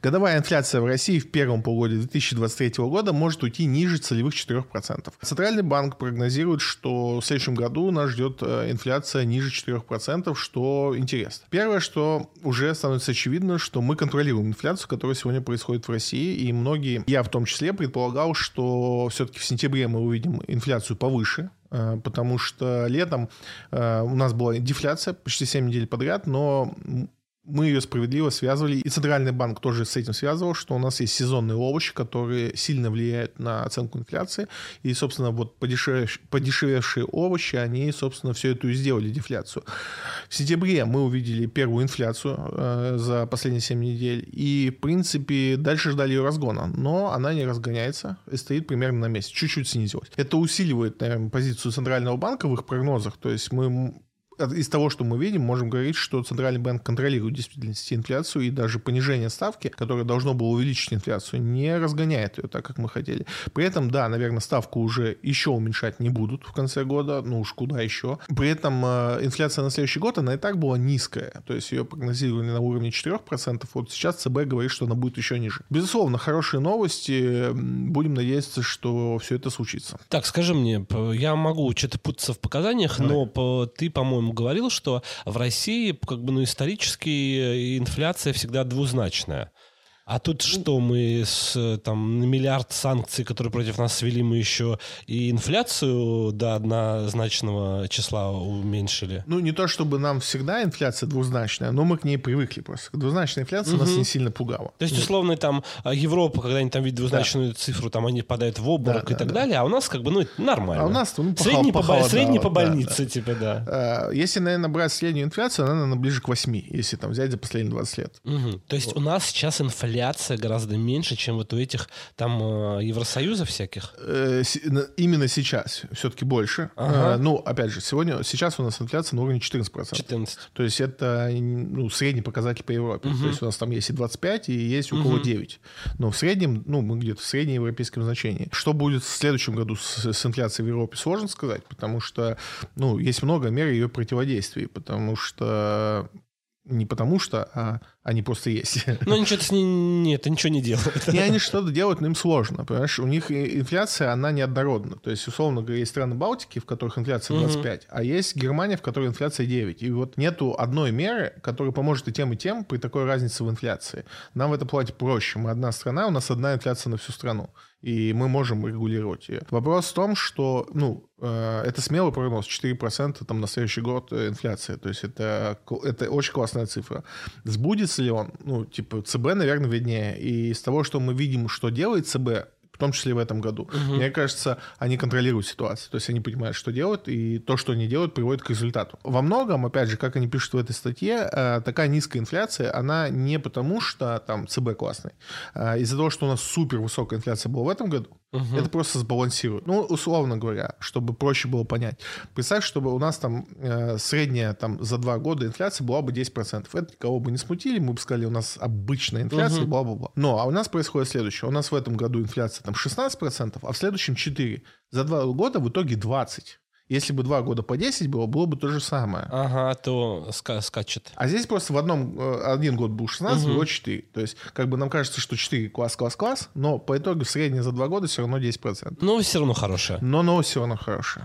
Годовая инфляция в России в первом полугодии две тысячи двадцать третьего года может уйти ниже целевых четырех процентов. Центральный банк прогнозирует, что в следующем году нас ждет инфляция ниже четырех процентов, что интересно. Первое, что уже становится очевидно, что мы контролируем инфляцию, которая сегодня происходит в России, и многие, я в том числе, предполагал, что все-таки в сентябре мы увидим инфляцию повыше, потому что летом у нас была дефляция почти семь недель подряд, но мы ее справедливо связывали, и Центральный банк тоже с этим связывал, что у нас есть сезонные овощи, которые сильно влияют на оценку инфляции, и, собственно, вот подешевевшие, подешевевшие овощи, они, собственно, все это и сделали, дефляцию. В сентябре мы увидели первую инфляцию э, за последние семь недель, и, в принципе, дальше ждали ее разгона, но она не разгоняется и стоит примерно на месте, чуть-чуть снизилась. Это усиливает, наверное, позицию Центрального банка в их прогнозах, то есть мы... Из того, что мы видим, можем говорить, что Центральный банк контролирует в действительности инфляцию, и даже понижение ставки, которое должно было увеличить инфляцию, не разгоняет ее так, как мы хотели. При этом, да, наверное, ставку уже еще уменьшать не будут в конце года, ну уж куда еще. При этом э, инфляция на следующий год, она и так была низкая, то есть ее прогнозировали на уровне четырех процентов, вот сейчас ЦБ говорит, что она будет еще ниже. Безусловно, хорошие новости, будем надеяться, что все это случится. Так, скажи мне, я могу что-то путаться в показаниях, Давай. но ты, по-моему, говорил, что в России как бы, ну, исторически инфляция всегда двузначная. А тут что, мы с, там, на миллиард санкций, которые против нас свели, мы еще и инфляцию до однозначного числа уменьшили? Ну, не то чтобы нам всегда инфляция двузначная, но мы к ней привыкли просто. Двузначная инфляция угу. нас не сильно пугала. То есть, условно, там Европа, когда они там видят двузначную да. цифру, там они падают в обморок да, и да, так да. далее, а у нас как бы, ну, это нормально. А у нас ну, средний, похолодало, по, средний по больнице, да, да. типа, да. Если, наверное, брать среднюю инфляцию, она, наверное, ближе к восьми, если там взять за последние двадцать лет. Угу. То есть, вот. у нас сейчас инфляция гораздо меньше, чем вот у этих там Евросоюзов всяких? Именно сейчас все-таки больше. Ага. Ну, опять же, сегодня, сейчас у нас инфляция на уровне четырнадцать процентов. четырнадцать. То есть это ну, средний показатель по Европе. Угу. То есть у нас там есть и двадцать пять, и есть около угу. девять. Но в среднем, ну, мы где-то в среднеевропейском значении. Что будет в следующем году с, с инфляцией в Европе, сложно сказать, потому что, ну, есть много мер ее противодействий, потому что... Не потому что, а они просто есть. Ну, ничего с ней нет, ничего не делают. Не, они что-то делают, но им сложно. Понимаешь, у них инфляция, она неоднородна. То есть, условно говоря, есть страны Балтики, в которых инфляция двадцать пять, угу. а есть Германия, в которой инфляция девять. И вот нету одной меры, которая поможет и тем, и тем при такой разнице в инфляции. Нам в этом плане проще. Мы одна страна, у нас одна инфляция на всю страну. И мы можем регулировать ее. Вопрос в том, что, ну, э, это смелый прогноз, четыре процента там на следующий год инфляция. То есть это, это очень классная цифра. Сбудется ли он? Ну, типа, ЦБ, наверное, виднее. И из того, что мы видим, что делает ЦБ, в том числе в этом году, угу. мне кажется, они контролируют ситуацию. То есть они понимают, что делают, и то, что они делают, приводит к результату. Во многом, опять же, как они пишут в этой статье, такая низкая инфляция, она не потому, что там ЦБ классный. Из-за того, что у нас супер высокая инфляция была в этом году, угу. это просто сбалансирует. Ну, условно говоря, чтобы проще было понять. Представь, чтобы у нас там э, средняя там, за два года инфляция была бы десять процентов. Это никого бы не смутили, мы бы сказали, у нас обычная инфляция, угу. бла-бла-бла. Но, а у нас происходит следующее. У нас в этом году инфляция там шестнадцать процентов, а в следующем четыре процента. За два года в итоге двадцать процентов. Если бы два года по десять было, было бы то же самое. Ага, то ска- скачет. А здесь просто в одном, один год был шестнадцать, угу. другой четыре. То есть, как бы нам кажется, что четыре класс, класс, класс, но по итогу средняя за два года все равно десять процентов. Но все равно хорошая. Но новость все равно хорошая.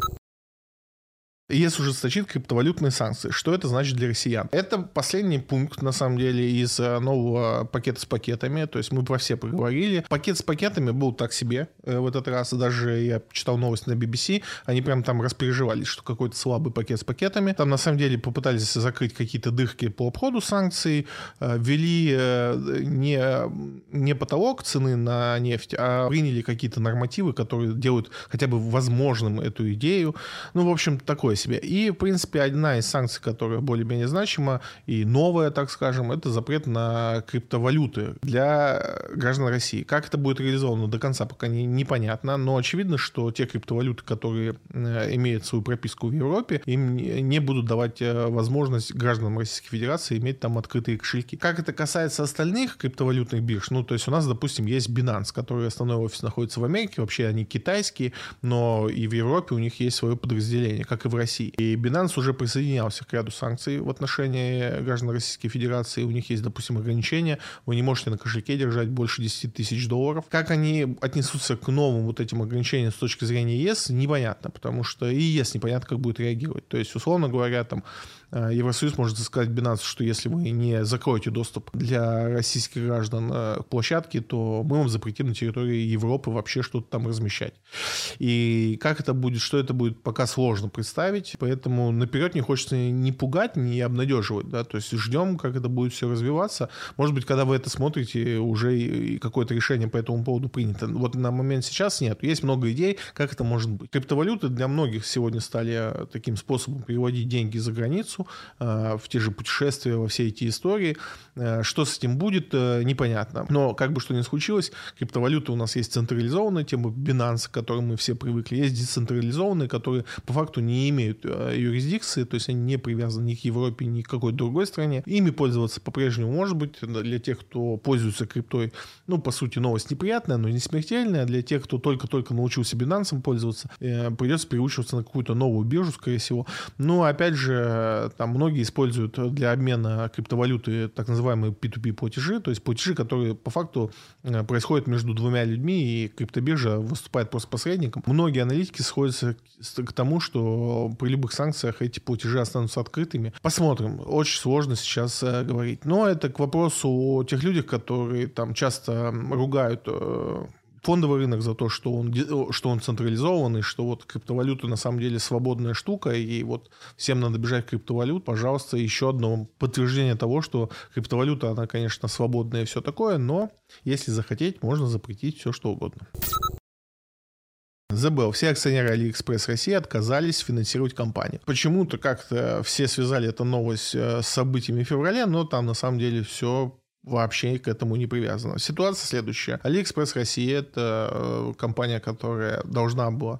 ЕС ужесточит криптовалютные санкции. Что это значит для россиян? Это последний пункт, на самом деле, из нового пакета с пакетами. То есть мы про все поговорили. Пакет с пакетами был так себе э, в этот раз. Даже я читал новость на би би си. Они прям там распереживались, что какой-то слабый пакет с пакетами. Там на самом деле попытались закрыть какие-то дырки по обходу санкций. Э, ввели э, не, не потолок цены на нефть, а приняли какие-то нормативы, которые делают хотя бы возможным эту идею. Ну, в общем, такое себе. И, в принципе, одна из санкций, которая более-менее значима и новая, так скажем, это запрет на криптовалюты для граждан России. Как это будет реализовано до конца, пока не, непонятно, но очевидно, что те криптовалюты, которые э, имеют свою прописку в Европе, им не будут давать э, возможность гражданам Российской Федерации иметь там открытые кошельки. Как это касается остальных криптовалютных бирж, ну, то есть у нас, допустим, есть Binance, который основной офис находится в Америке, вообще они китайские, но и в Европе у них есть свое подразделение, как и в России. России. И Binance уже присоединялся к ряду санкций в отношении граждан Российской Федерации. У них есть, допустим, ограничения. Вы не можете на кошельке держать больше десять тысяч долларов. Как они отнесутся к новым вот этим ограничениям с точки зрения ЕС, непонятно, потому что и ЕС непонятно, как будет реагировать. То есть, условно говоря, там Евросоюз может сказать Binance, что если вы не закроете доступ для российских граждан к площадке, то мы вам запретим на территории Европы вообще что-то там размещать. И как это будет, что это будет, пока сложно представить, поэтому наперед не хочется ни пугать, ни обнадеживать, да, то есть ждем, как это будет все развиваться. Может быть, когда вы это смотрите, уже и какое-то решение по этому поводу принято. Вот на момент сейчас нет. Есть много идей, как это может быть. Криптовалюты для многих сегодня стали таким способом переводить деньги за границу, в те же путешествия, во все эти истории. Что с этим будет, непонятно. Но как бы что ни случилось, криптовалюты у нас есть централизованные, тема Binance, к которой мы все привыкли, есть децентрализованные, которые по факту не имеют юрисдикции, то есть они не привязаны ни к Европе, ни к какой-то другой стране. Ими пользоваться по-прежнему может быть для тех, кто пользуется криптой. Ну, по сути, новость неприятная, но не смертельная. Для тех, кто только-только научился Binance пользоваться, придется переучиваться на какую-то новую биржу, скорее всего. Но, опять же, там многие используют для обмена криптовалюты так называемые пи ту пи платежи, то есть платежи, которые по факту происходят между двумя людьми, и криптобиржа выступает просто посредником. Многие аналитики сходятся к тому, что при любых санкциях эти платежи останутся открытыми. Посмотрим. Очень сложно сейчас говорить. Но это к вопросу о тех людях, которые там часто ругают фондовый рынок за то, что он, что он централизованный, что вот криптовалюта на самом деле свободная штука, и вот всем надо бежать в криптовалют. Пожалуйста, еще одно подтверждение того, что криптовалюта, она, конечно, свободная и все такое, но если захотеть, можно запретить все, что угодно. Забыл, все акционеры AliExpress России отказались финансировать компанию. Почему-то как-то все связали эту новость с событиями в феврале, но там на самом деле все вообще к этому не привязано. Ситуация следующая. AliExpress Россия — это компания, которая должна была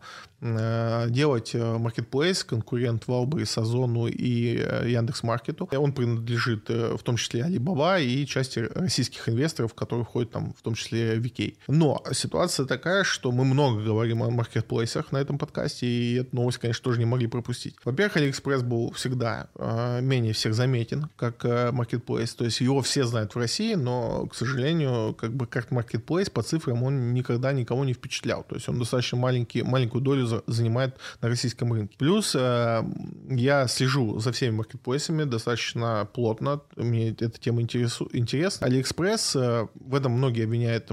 делать маркетплейс, конкурент Wildberries, Озону и Яндекс.Маркету. Он принадлежит в том числе Alibaba и части российских инвесторов, которые входят там в том числе ви кей. Но ситуация такая, что мы много говорим о маркетплейсах на этом подкасте, и эту новость, конечно, тоже не могли пропустить. Во-первых, AliExpress был всегда менее всех заметен как маркетплейс, то есть его все знают в России, но, к сожалению, как бы как маркетплейс по цифрам он никогда никого не впечатлял. То есть он достаточно маленький, маленькую долю занимает на российском рынке. Плюс э, я слежу за всеми маркетплейсами достаточно плотно. Мне эта тема интересу, интересна. AliExpress, э, в этом многие обвиняют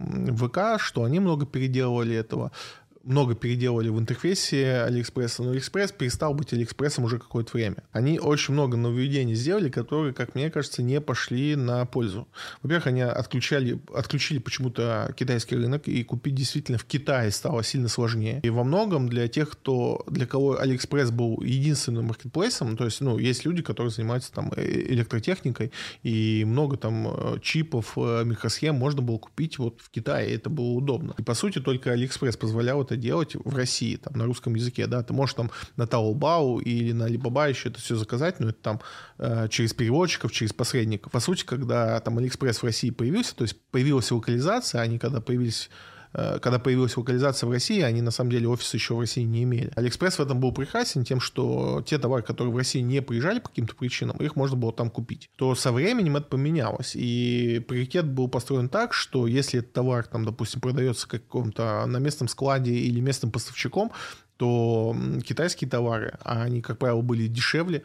ВК, что они много переделывали этого. Много переделали в интерфейсе AliExpress, но AliExpress перестал быть AliExpress уже какое-то время. Они очень много нововведений сделали, которые, как мне кажется, не пошли на пользу. Во-первых, они отключали, отключили почему-то китайский рынок, и купить действительно в Китае стало сильно сложнее. И во многом для тех, кто, для кого AliExpress был единственным маркетплейсом, то есть, ну, есть люди, которые занимаются там электротехникой, и много там чипов, микросхем можно было купить вот в Китае, и это было удобно. И, по сути, только AliExpress позволял это делать в России, там, на русском языке, да, ты можешь там на Taobao или на Alibaba еще это все заказать, но это там э, через переводчиков, через посредников. По сути, когда там AliExpress в России появился, то есть появилась локализация, они когда появились когда появилась локализация в России, они на самом деле офиса еще в России не имели. AliExpress в этом был прекрасен тем, что те товары, которые в России не приезжали по каким-то причинам, их можно было там купить. То со временем это поменялось. И приоритет был построен так, что если этот товар, там, допустим, продается каком-то на местном складе или местным поставщиком, то китайские товары, а они, как правило, были дешевле,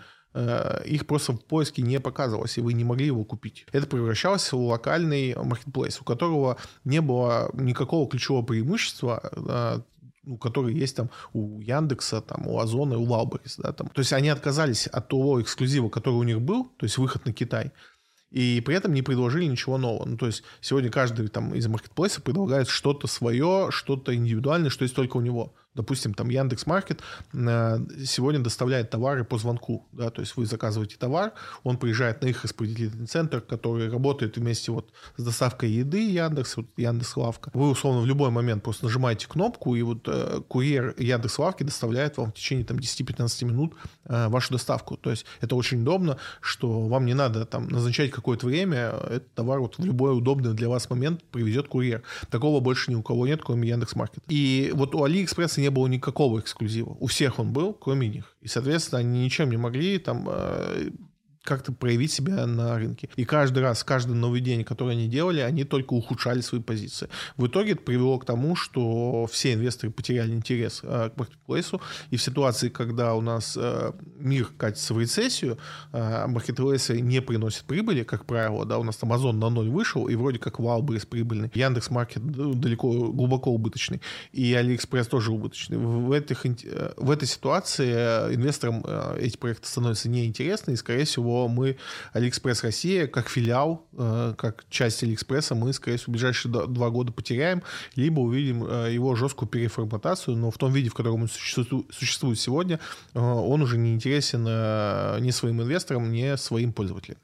их просто в поиске не показывалось, и вы не могли его купить. Это превращалось в локальный маркетплейс, у которого не было никакого ключевого преимущества, ну, которые есть там у Яндекса, там, у Озона, у Wildberries. Да, там. То есть они отказались от того эксклюзива, который у них был, то есть выход на Китай, и при этом не предложили ничего нового. Ну, то есть сегодня каждый там из маркетплейса предлагает что-то свое, что-то индивидуальное, что есть только у него. Допустим, там Яндекс.Маркет сегодня доставляет товары по звонку, да, то есть вы заказываете товар, он приезжает на их распределительный центр, который работает вместе вот с доставкой еды Яндекс, вот Яндекс.Лавка. Вы, условно, в любой момент просто нажимаете кнопку, и вот э, курьер Яндекс.Лавки доставляет вам в течение там десять-пятнадцать минут э, вашу доставку. То есть это очень удобно, что вам не надо там назначать какое-то время, этот товар вот в любой удобный для вас момент привезет курьер. Такого больше ни у кого нет, кроме Яндекс.Маркета. И вот у AliExpress Binance не было никакого эксклюзива. У всех он был, кроме них. И, соответственно, они ничем не могли там как-то проявить себя на рынке. И каждый раз, каждый новый день, который они делали, они только ухудшали свои позиции. В итоге это привело к тому, что все инвесторы потеряли интерес э, к маркетплейсу. И в ситуации, когда у нас э, мир катится в рецессию, э, маркетплейсы не приносят прибыли, как правило. Да, у нас Amazon на ноль вышел, и вроде как Wildberries прибыльный. Яндекс.Маркет далеко, глубоко убыточный. И Алиэкспресс тоже убыточный. В, этих, в этой ситуации инвесторам эти проекты становятся неинтересны, и, скорее всего, мы, Алиэкспресс Россия, как филиал, э, как часть Алиэкспресса, мы, скорее всего, в ближайшие два года потеряем, либо увидим э, его жесткую переформатацию, но в том виде, в котором он существует, существует сегодня, э, он уже не интересен э, ни своим инвесторам, ни своим пользователям.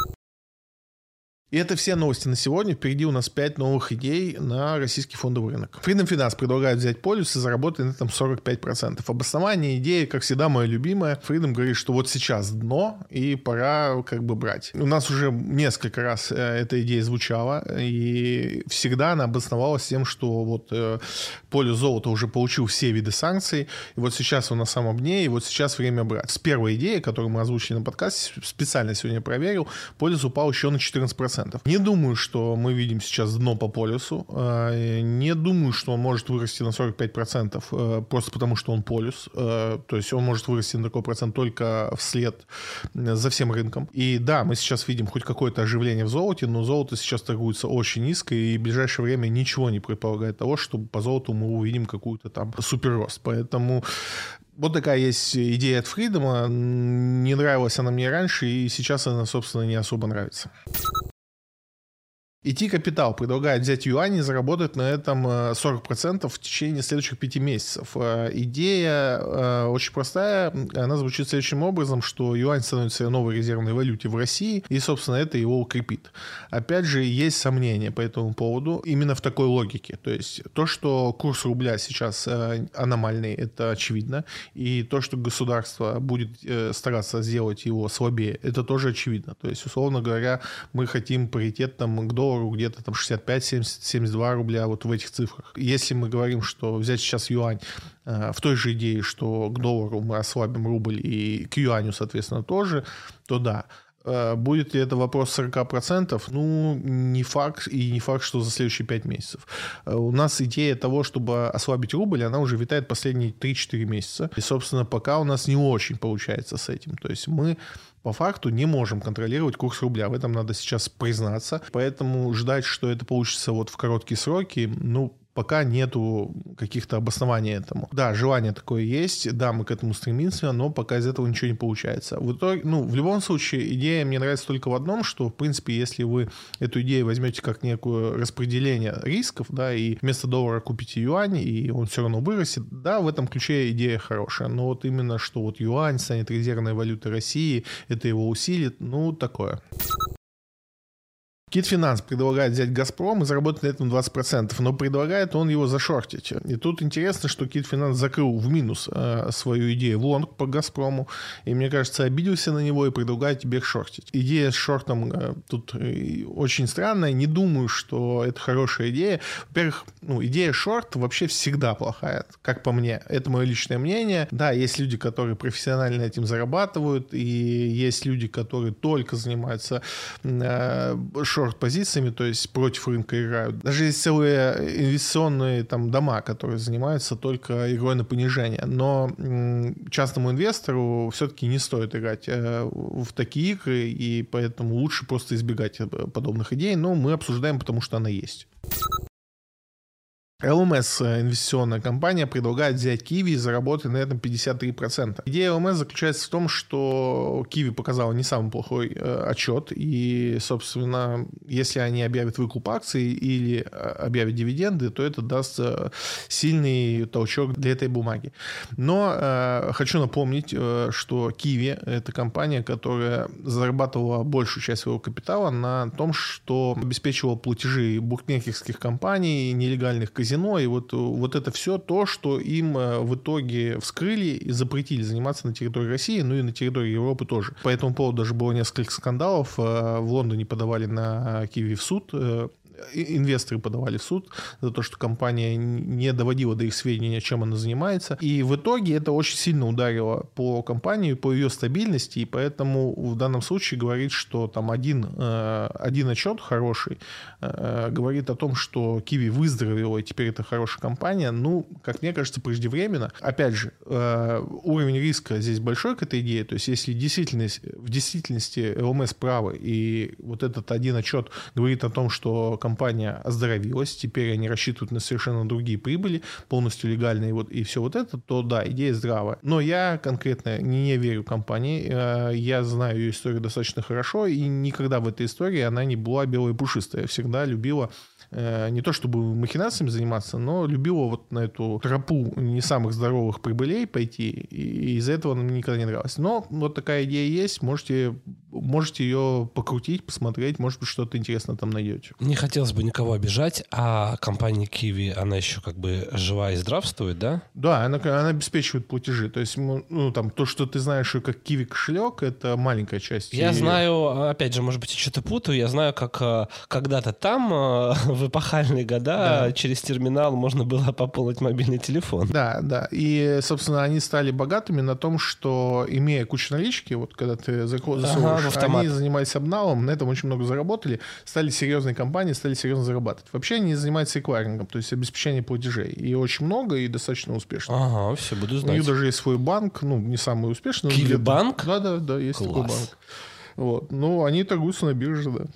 И это все новости на сегодня. Впереди у нас пять новых идей на российский фондовый рынок. Freedom Finance предлагает взять полюс и заработать на этом сорок пять процентов. Обоснование идеи, как всегда, моя любимая. Freedom говорит, что вот сейчас дно, и пора как бы брать. У нас уже несколько раз эта идея звучала, и всегда она обосновалась тем, что вот э, полюс золота уже получил все виды санкций, и вот сейчас он на самом дне, и вот сейчас время брать. С первой идеи, которую мы озвучили на подкасте, специально сегодня проверил, полюс упал еще на четырнадцать процентов. Не думаю, что мы видим сейчас дно по полюсу. Не думаю, что он может вырасти на сорок пять процентов просто потому, что он полюс. То есть он может вырасти на такой процент только вслед за всем рынком. И да, мы сейчас видим хоть какое-то оживление в золоте, но золото сейчас торгуется очень низко, и в ближайшее время ничего не предполагает того, что по золоту мы увидим какую-то там суперрост. Поэтому вот такая есть идея от Freedom. Не нравилась она мне раньше, и сейчас она, собственно, не особо нравится. ай ти Capital предлагает взять юань и заработать на этом сорок процентов в течение следующих пяти месяцев. Идея очень простая. Она звучит следующим образом, что юань становится новой резервной валютой в России, и, собственно, это его укрепит. Опять же, есть сомнения по этому поводу именно в такой логике. То есть то, что курс рубля сейчас аномальный, это очевидно. И то, что государство будет стараться сделать его слабее, это тоже очевидно. То есть, условно говоря, мы хотим паритет там, к доллару где-то там шестьдесят пять, семьдесят, семьдесят два рубля вот в этих цифрах. Если мы говорим, что взять сейчас юань э, в той же идее, что к доллару мы ослабим рубль и к юаню, соответственно, тоже, то да. Э, будет ли это вопрос сорок процентов? Ну, не факт, и не факт, что за следующие пять месяцев. Э, у нас идея того, чтобы ослабить рубль, она уже витает последние три-четыре месяца. И, собственно, пока у нас не очень получается с этим. То есть мы по факту не можем контролировать курс рубля. В этом надо сейчас признаться. Поэтому ждать, что это получится вот в короткие сроки, ну, пока нету каких-то обоснований этому. Да, желание такое есть, да, мы к этому стремимся, но пока из этого ничего не получается. В итоге, ну, в любом случае, идея мне нравится только в одном, что, в принципе, если вы эту идею возьмете как некое распределение рисков, да, и вместо доллара купите юань, и он все равно вырастет, да, в этом ключе идея хорошая. Но вот именно, что вот юань станет резервной валютой России, это его усилит, ну, такое. Кит Финанс предлагает взять Газпром и заработать на этом двадцать процентов, но предлагает он его зашортить. И тут интересно, что Кит Финанс закрыл в минус э, свою идею в лонг по Газпрому, и, мне кажется, обиделся на него и предлагает тебе их шортить. Идея с шортом э, тут э, очень странная, не думаю, что это хорошая идея. Во-первых, ну, идея шорт вообще всегда плохая, как по мне. Это мое личное мнение. Да, есть люди, которые профессионально этим зарабатывают, и есть люди, которые только занимаются э, шорт-позициями, то есть против рынка играют. Даже есть целые инвестиционные там дома, которые занимаются только игрой на понижение. Но м, частному инвестору все-таки не стоит играть э, в такие игры, и поэтому лучше просто избегать подобных идей. Но мы обсуждаем, потому что она есть. эл эм эс, инвестиционная компания, предлагает взять Kiwi и заработать на этом пятьдесят три процента. Идея эл эм эс заключается в том, что Kiwi показала не самый плохой э, отчет, и, собственно, если они объявят выкуп акций или объявят дивиденды, то это даст э, сильный толчок для этой бумаги. Но э, хочу напомнить, э, что Kiwi — это компания, которая зарабатывала большую часть своего капитала на том, что обеспечивала платежи букмекерских компаний, нелегальных казино, казино, и вот, вот это все то, что им в итоге вскрыли и запретили заниматься на территории России, ну и на территории Европы тоже. По этому поводу даже было несколько скандалов. В Лондоне подавали на Kiwi в суд. инвесторы подавали в суд за то, что компания не доводила до их сведения, чем она занимается. И в итоге это очень сильно ударило по компании, по ее стабильности, и поэтому в данном случае говорит, что там один, один отчет хороший говорит о том, что Kiwi выздоровела, и теперь это хорошая компания. Ну, как мне кажется, преждевременно. Опять же, уровень риска здесь большой к этой идее. То есть, если действительность, в действительности ЛМС правы, и вот этот один отчет говорит о том, что компания оздоровилась, теперь они рассчитывают на совершенно другие прибыли, полностью легальные, вот, и все вот это, то да, идея здравая. Но я конкретно не верю компании. Я знаю ее историю достаточно хорошо, и никогда в этой истории она не была белой и пушистой. Я всегда любила не то чтобы махинациями заниматься, но любила вот на эту тропу не самых здоровых прибылей пойти, и из-за этого она мне никогда не нравилась. Но вот такая идея есть, можете, можете ее покрутить, посмотреть, может быть, что-то интересное там найдете. Не хотелось бы никого обижать, а компания Kiwi, она еще как бы жива и здравствует, да? Да, она, она обеспечивает платежи. То есть, ну, там, то, что ты знаешь, как Kiwi кошелек, это маленькая часть. Я и... знаю, опять же, может быть, я что-то путаю, я знаю, как когда-то там в эпохальные года да. через терминал можно было пополнить мобильный телефон. Да, да. И, собственно, они стали богатыми на том, что, имея кучу налички, вот когда ты засовываешь, ага, они занимались обналом, на этом очень много заработали, стали серьезной компанией, стали серьезно зарабатывать. Вообще они занимаются эквайрингом, то есть обеспечением платежей. И очень много, и достаточно успешно. Ага, все, буду знать. У них даже есть свой банк, ну, не самый успешный. Kiwi банк? Да, да, да, есть Класс. Такой банк. Вот. Ну, они торгуются на бирже, да.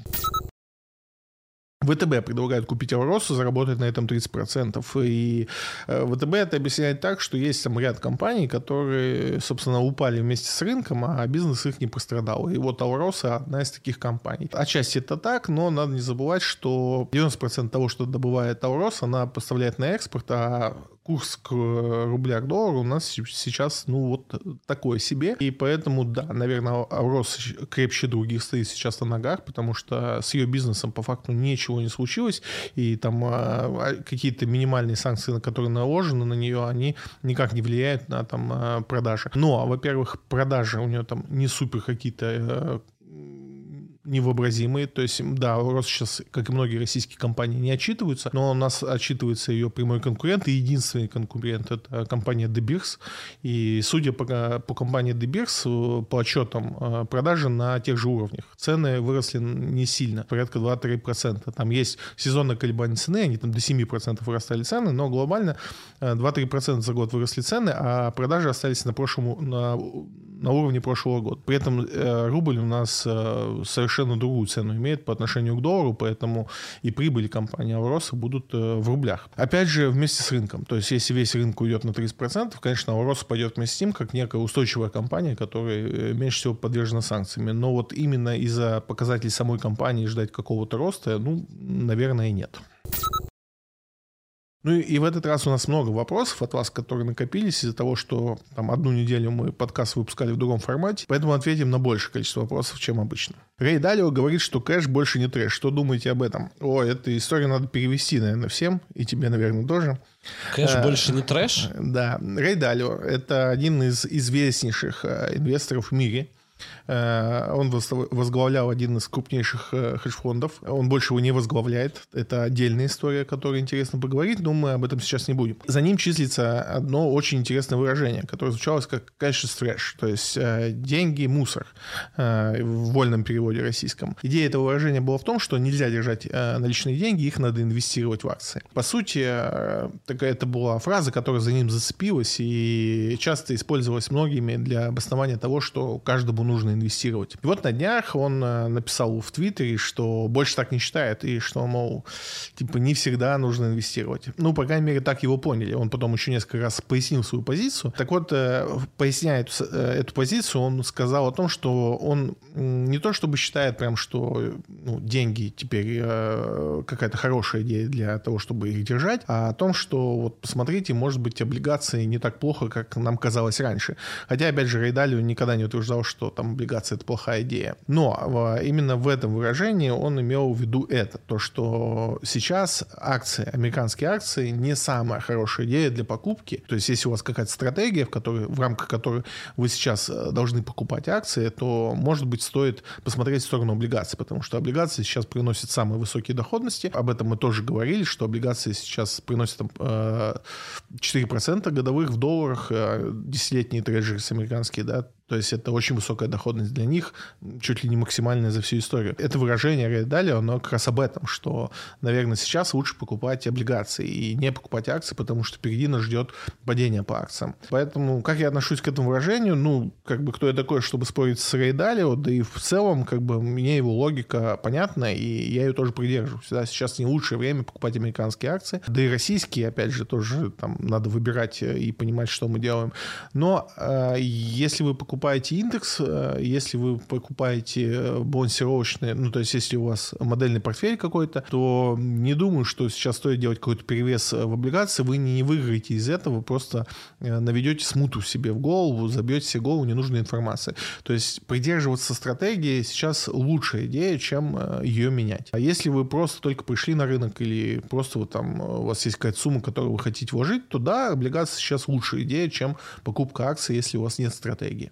ВТБ предлагает купить Ауросу, заработать на этом тридцать процентов. И ВТБ это объясняет так, что есть там ряд компаний, которые, собственно, упали вместе с рынком, а бизнес их не пострадал. И вот Ауроса одна из таких компаний. Отчасти это так, но надо не забывать, что девяносто процентов того, что добывает Ауроса, она поставляет на экспорт, а курс к рубля к доллару у нас сейчас, ну, вот такой себе. И поэтому, да, наверное, Аурос крепче других стоит сейчас на ногах, потому что с ее бизнесом по факту ничего не случилось, и там а, какие-то минимальные санкции, которые наложены на нее, они никак не влияют на там продажи. Но, во-первых, продажи у нее там не супер какие-то невообразимые. То есть, да, Аурос сейчас, как и многие российские компании, не отчитываются, но у нас отчитывается ее прямой конкурент, и единственный конкурент — это компания De Beers. И судя по, по компании De Beers, по отчетам, продажи на тех же уровнях. Цены выросли не сильно, порядка два-три процента. Там есть сезонное колебание цены, они там до семь процентов вырастали цены, но глобально два-три процента за год выросли цены, а продажи остались на, прошлом, на, на уровне прошлого года. При этом э, рубль у нас э, совершенно другую цену имеет по отношению к доллару, поэтому и прибыли компании Ауроса будут э, в рублях. Опять же, вместе с рынком. То есть, если весь рынок уйдет на тридцать процентов, конечно, Ауроса пойдет вместе с ним, как некая устойчивая компания, которая меньше всего подвержена санкциями. Но вот именно из-за показателей самой компании ждать какого-то роста, ну, наверное, нет. Ну и в этот раз у нас много вопросов от вас, которые накопились из-за того, что там одну неделю мы подкаст выпускали в другом формате, поэтому ответим на большее количество вопросов, чем обычно. Рэй Далио говорит, что кэш больше не трэш. Что думаете об этом? О, эту историю надо перевести, наверное, всем, и тебе, наверное, тоже. Кэш а, больше не трэш? Да. Рэй Далио — это один из известнейших инвесторов в мире. Он возглавлял один из крупнейших хедж-фондов. Он больше его не возглавляет. Это отдельная история, о которой интересно поговорить, но мы об этом сейчас не будем. За ним числится одно очень интересное выражение, которое звучало как «cash is trash», то есть деньги — мусор в вольном переводе российском. Идея этого выражения была в том, что нельзя держать наличные деньги, их надо инвестировать в акции. По сути, такая это была фраза, которая за ним зацепилась и часто использовалась многими для обоснования того, что каждому нужно инвестировать. И вот на днях он написал в Твиттере, что больше так не считает, и что, мол, типа не всегда нужно инвестировать. Ну, по крайней мере, так его поняли. Он потом еще несколько раз пояснил свою позицию. Так вот, поясняя эту, эту позицию, он сказал о том, что он не то чтобы считает прям, что ну, деньги теперь какая-то хорошая идея для того, чтобы их держать, а о том, что вот посмотрите, может быть, облигации не так плохо, как нам казалось раньше. Хотя, опять же, Рэй Далио никогда не утверждал, что там облигации — это плохая идея. Но именно в этом выражении он имел в виду это, то, что сейчас акции, американские акции не самая хорошая идея для покупки. То есть если у вас какая-то стратегия, в, которой, в рамках которой вы сейчас должны покупать акции, то, может быть, стоит посмотреть в сторону облигаций, потому что облигации сейчас приносят самые высокие доходности. Об этом мы тоже говорили, что облигации сейчас приносят там, четыре процента годовых в долларах, десятилетние трежерис американские, да, то есть это очень высокая доходность для них, чуть ли не максимальная за всю историю. Это выражение Рэя Далио, оно как раз об этом, что, наверное, сейчас лучше покупать облигации и не покупать акции, потому что впереди нас ждет падение по акциям. Поэтому, как я отношусь к этому выражению, ну, как бы, кто я такой, чтобы спорить с Рэй Далио, да и в целом, как бы, мне его логика понятна, и я ее тоже придерживаюсь. Да, сейчас не лучшее время покупать американские акции, да и российские, опять же, тоже там надо выбирать и понимать, что мы делаем. Но э, если вы покупаете покупаете индекс, если вы покупаете балансировочные, ну, то есть если у вас модельный портфель какой-то, то не думаю, что сейчас стоит делать какой-то перевес в облигации, вы не выиграете из этого, вы просто наведете смуту себе в голову, забьете себе голову ненужной информацией. То есть придерживаться стратегии сейчас лучшая идея, чем ее менять. А если вы просто только пришли на рынок или просто вот там у вас есть какая-то сумма, которую вы хотите вложить, то да, облигации сейчас лучшая идея, чем покупка акций, если у вас нет стратегии.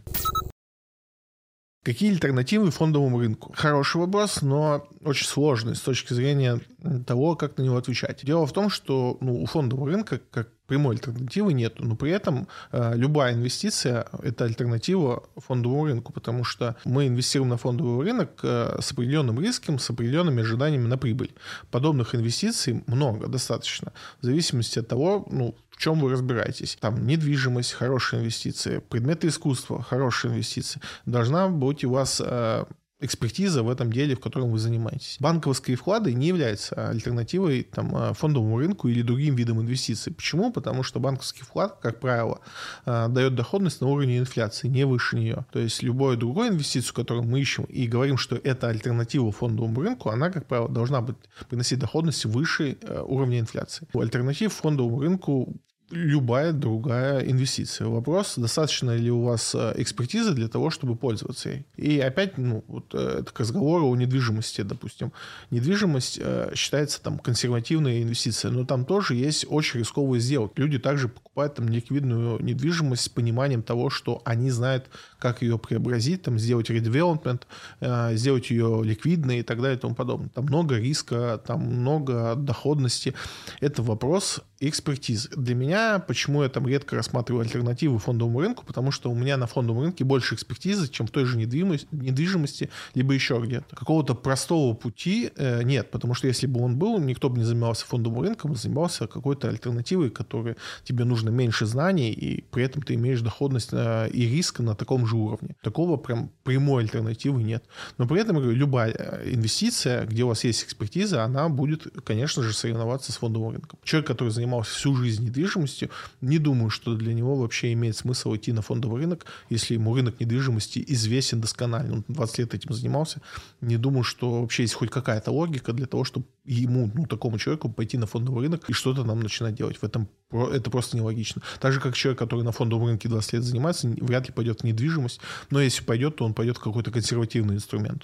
Какие альтернативы фондовому рынку? Хороший вопрос, но очень сложный с точки зрения того, как на него отвечать. Дело в том, что ну, у фондового рынка как прямой альтернативы нет, но при этом э, любая инвестиция – это альтернатива фондовому рынку, потому что мы инвестируем на фондовый рынок э, с определенным риском, с определенными ожиданиями на прибыль. Подобных инвестиций много, достаточно, в зависимости от того, ну, в чем вы разбираетесь. Там недвижимость – хорошие инвестиции, предметы искусства – хорошие инвестиции. Должна быть у вас э, экспертиза в этом деле, в котором вы занимаетесь. Банковские вклады не являются альтернативой там, фондовому рынку или другим видам инвестиций. Почему? Потому что банковский вклад, как правило, дает доходность на уровне инфляции, не выше нее. То есть любую другую инвестицию, которую мы ищем и говорим, что это альтернатива фондовому рынку, она, как правило, должна быть, приносить доходность выше уровня инфляции. Альтернатив фондовому рынку любая другая инвестиция. Вопрос, достаточно ли у вас экспертизы для того, чтобы пользоваться ей. И опять, ну, вот это к разговору о недвижимости, допустим. Недвижимость э, считается там консервативной инвестицией, но там тоже есть очень рисковые сделки. Люди также покупают там ликвидную недвижимость с пониманием того, что они знают, как ее преобразить, там, сделать редевелопмент, э, сделать ее ликвидной и так далее и тому подобное. Там много риска, там много доходности. Это вопрос экспертизы. Для меня, почему я там редко рассматриваю альтернативы фондовому рынку, потому что у меня на фондовом рынке больше экспертизы, чем в той же недвижимости, недвижимости либо еще где-то. Какого-то простого пути э, нет, потому что если бы он был, никто бы не занимался фондовым рынком, а занимался какой-то альтернативой, которой тебе нужно меньше знаний, и при этом ты имеешь доходность э, и риск на таком же уровне. Такого прям прямой альтернативы нет. Но при этом, говорю, любая инвестиция, где у вас есть экспертиза, она будет, конечно же, соревноваться с фондовым рынком. Человек, который занимается всю жизнь недвижимостью, не думаю, что для него вообще имеет смысл идти на фондовый рынок, если ему рынок недвижимости известен досконально. Он двадцать лет этим занимался. Не думаю, что вообще есть хоть какая-то логика для того, чтобы ему, ну, такому человеку пойти на фондовый рынок и что-то нам начинать делать. В этом это просто нелогично. Так же, как человек, который на фондовом рынке двадцать лет занимается, вряд ли пойдет в недвижимость, но если пойдет, то он пойдет в какой-то консервативный инструмент.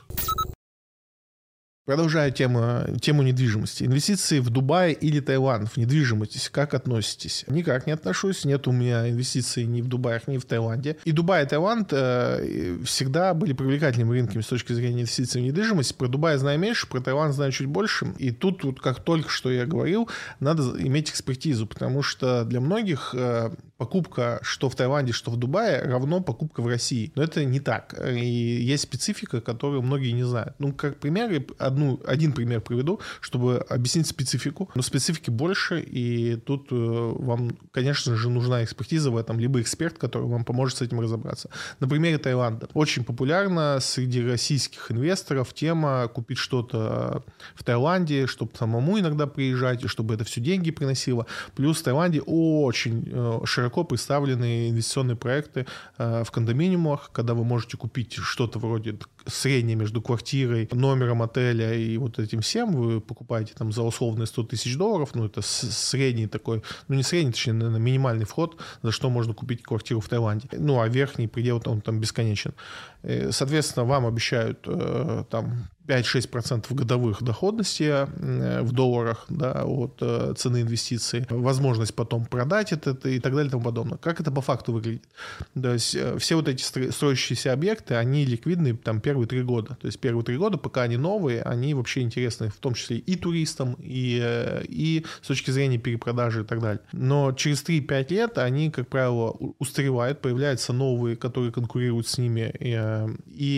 Продолжая тему, тему недвижимости. Инвестиции в Дубае или Таиланд в недвижимость. Как относитесь? Никак не отношусь. Нет у меня инвестиций ни в Дубае, ни в Таиланде. И Дубай, и Таиланд э, всегда были привлекательными рынками с точки зрения инвестиций в недвижимость. Про Дубай знаю меньше, про Таиланд знаю чуть больше. И тут, вот, как только что я говорил, надо иметь экспертизу, потому что для многих э, покупка что в Таиланде, что в Дубае равно покупка в России. Но это не так. И есть специфика, которую многие не знают. Ну, как пример, одну, один пример приведу, чтобы объяснить специфику. Но специфики больше, и тут э, вам, конечно же, нужна экспертиза в этом, либо эксперт, который вам поможет с этим разобраться. На примере Таиланда. Очень популярна среди российских инвесторов тема купить что-то в Таиланде, чтобы самому иногда приезжать, и чтобы это все деньги приносило. Плюс в Таиланде очень э, широко широко представлены инвестиционные проекты в кондоминиумах, когда вы можете купить что-то вроде среднее между квартирой, номером отеля и вот этим всем. Вы покупаете там за условные сто тысяч долларов, ну это средний такой, ну не средний, точнее, наверное, минимальный вход, за что можно купить квартиру в Таиланде. Ну а верхний предел он там бесконечен. Соответственно, вам обещают там пять-шесть процентов годовых доходности в долларах, да, от цены инвестиций, возможность потом продать это и так далее и тому подобное. Как это по факту выглядит? То есть все вот эти строящиеся объекты, они ликвидны там первые три года. То есть первые три года, пока они новые, они вообще интересны, в том числе и туристам, и, и с точки зрения перепродажи и так далее. Но через три-пять лет они, как правило, устаревают, появляются новые, которые конкурируют с ними. И,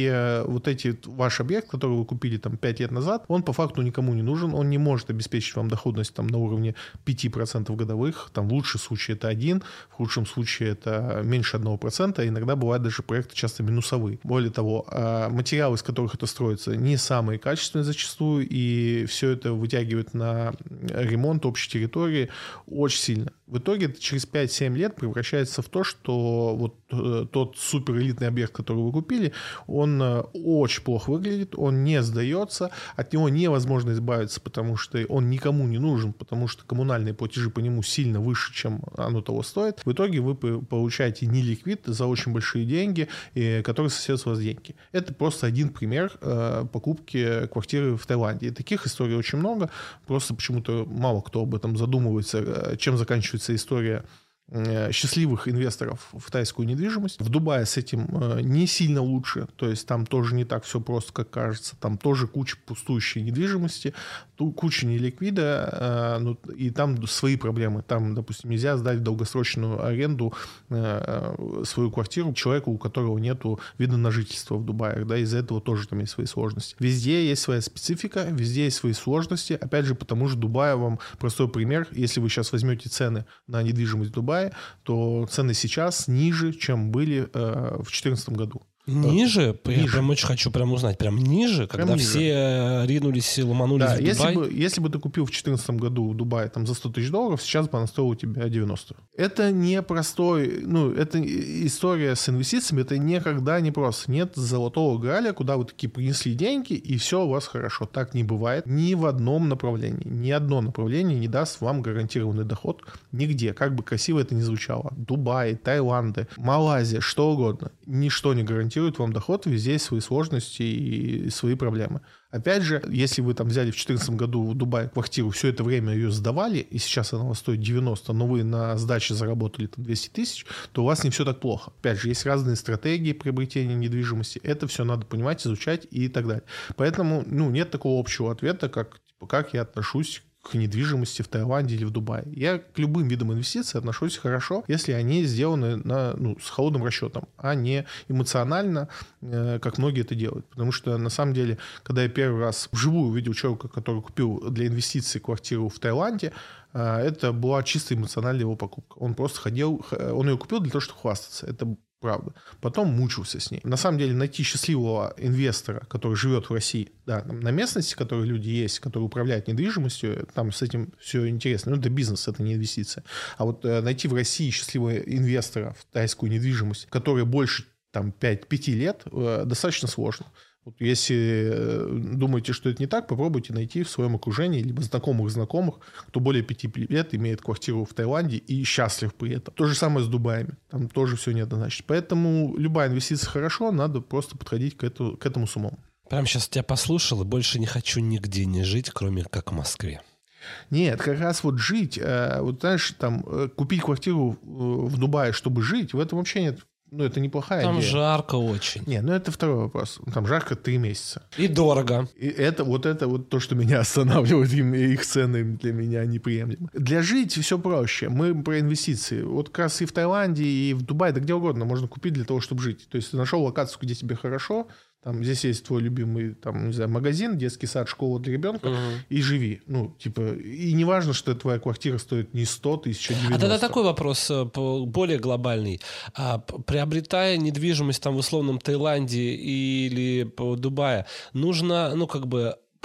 и вот эти ваш объект, который вы купили купили там пять лет назад, он по факту никому не нужен, он не может обеспечить вам доходность там на уровне пять процентов годовых, там в лучшем случае это один, в худшем случае это меньше одного процента, иногда бывают даже проекты часто минусовые. Более того, материалы, из которых это строится, не самые качественные зачастую, и все это вытягивает на ремонт общей территории очень сильно. В итоге это через пять-семь лет превращается в то, что вот тот суперэлитный объект, который вы купили, он очень плохо выглядит, он не сдается, от него невозможно избавиться, потому что он никому не нужен, потому что коммунальные платежи по нему сильно выше, чем оно того стоит. В итоге вы получаете неликвид за очень большие деньги, которые соседят с вас деньги. Это просто один пример покупки квартиры в Таиланде. И таких историй очень много, просто почему-то мало кто об этом задумывается, чем заканчивается история счастливых инвесторов в тайскую недвижимость. В Дубае с этим не сильно лучше, то есть там тоже не так все просто, как кажется, там тоже куча пустующей недвижимости, куча неликвида, ну, и там свои проблемы. Там, допустим, нельзя сдать в долгосрочную аренду свою квартиру человеку, у которого нету вида на жительство в Дубае, да, из-за этого тоже там есть свои сложности. Везде есть своя специфика, везде есть свои сложности, опять же, потому что Дубай, вам простой пример, если вы сейчас возьмете цены на недвижимость в Дубае, то цены сейчас ниже, чем были э, в две тысячи четырнадцатом году. Ниже? ниже? Я прям очень хочу прям узнать. Прям ниже, когда прям все ниже. Ринулись и ломанулись да, в Дубай? Если бы, если бы ты купил в две тысячи четырнадцатом году в Дубае там, за сто тысяч долларов, сейчас бы она стоила у тебя девяносто. Это не простой... Ну, это история с инвестициями, это никогда не просто. Нет золотого граля, куда вы такие принесли деньги, и все у вас хорошо. Так не бывает ни в одном направлении. Ни одно направление не даст вам гарантированный доход нигде. Как бы красиво это ни звучало. Дубай, Таиланды, Малайзия, что угодно. Ничто не гарантирует вам доход, везде есть свои сложности и свои проблемы. Опять же, если вы там взяли в две тысячи четырнадцатом году в Дубае квартиру, все это время ее сдавали, и сейчас она у вас стоит девяносто, но вы на сдаче заработали там двести тысяч, то у вас не все так плохо. Опять же, есть разные стратегии приобретения недвижимости, это все надо понимать, изучать и так далее. Поэтому, ну, нет такого общего ответа, как, типа, как я отношусь к недвижимости в Таиланде или в Дубае. Я к любым видам инвестиций отношусь хорошо, если они сделаны на, ну, с холодным расчетом, а не эмоционально, э, как многие это делают. Потому что, на самом деле, когда я первый раз вживую увидел человека, который купил для инвестиций квартиру в Таиланде, э, это была чисто эмоциональная его покупка. Он просто ходил, он ее купил для того, чтобы хвастаться. Это правда. Потом мучился с ней. На самом деле, найти счастливого инвестора, который живет в России, да, там, на местности, в которой люди есть, которые управляют недвижимостью, там с этим все интересно. Ну, это бизнес, это не инвестиция. А вот э, найти в России счастливого инвестора в тайскую недвижимость, который больше там, пять лет, э, достаточно сложно. Вот если думаете, что это не так, попробуйте найти в своем окружении либо знакомых-знакомых, кто более пяти лет имеет квартиру в Таиланде и счастлив при этом. То же самое с Дубаями. Там тоже все неоднозначно. Поэтому любая инвестиция хорошо, надо просто подходить к, эту, к этому с умом. Прям сейчас тебя послушал и больше не хочу нигде не жить, кроме как в Москве. Нет, как раз вот жить, вот знаешь, там купить квартиру в Дубае, чтобы жить, в этом вообще нет. Ну, это неплохая там идея. Там жарко очень. Не, ну это второй вопрос. Там жарко три месяца. И дорого. И это вот это вот то, что меня останавливает, их цены для меня неприемлемы. Для жить все проще. Мы про инвестиции. Вот как раз и в Таиланде, и в Дубае, да где угодно можно купить для того, чтобы жить. То есть ты нашел локацию, где тебе хорошо, там здесь есть твой любимый, там, не знаю, магазин, детский сад, школа для ребенка, угу. и живи. Ну, типа, и не важно, что твоя квартира стоит не сто тысяч, а девяносто. А тогда такой вопрос более глобальный. А, приобретая недвижимость там в условном Таиланде или Дубае, нужно, ну, как бы,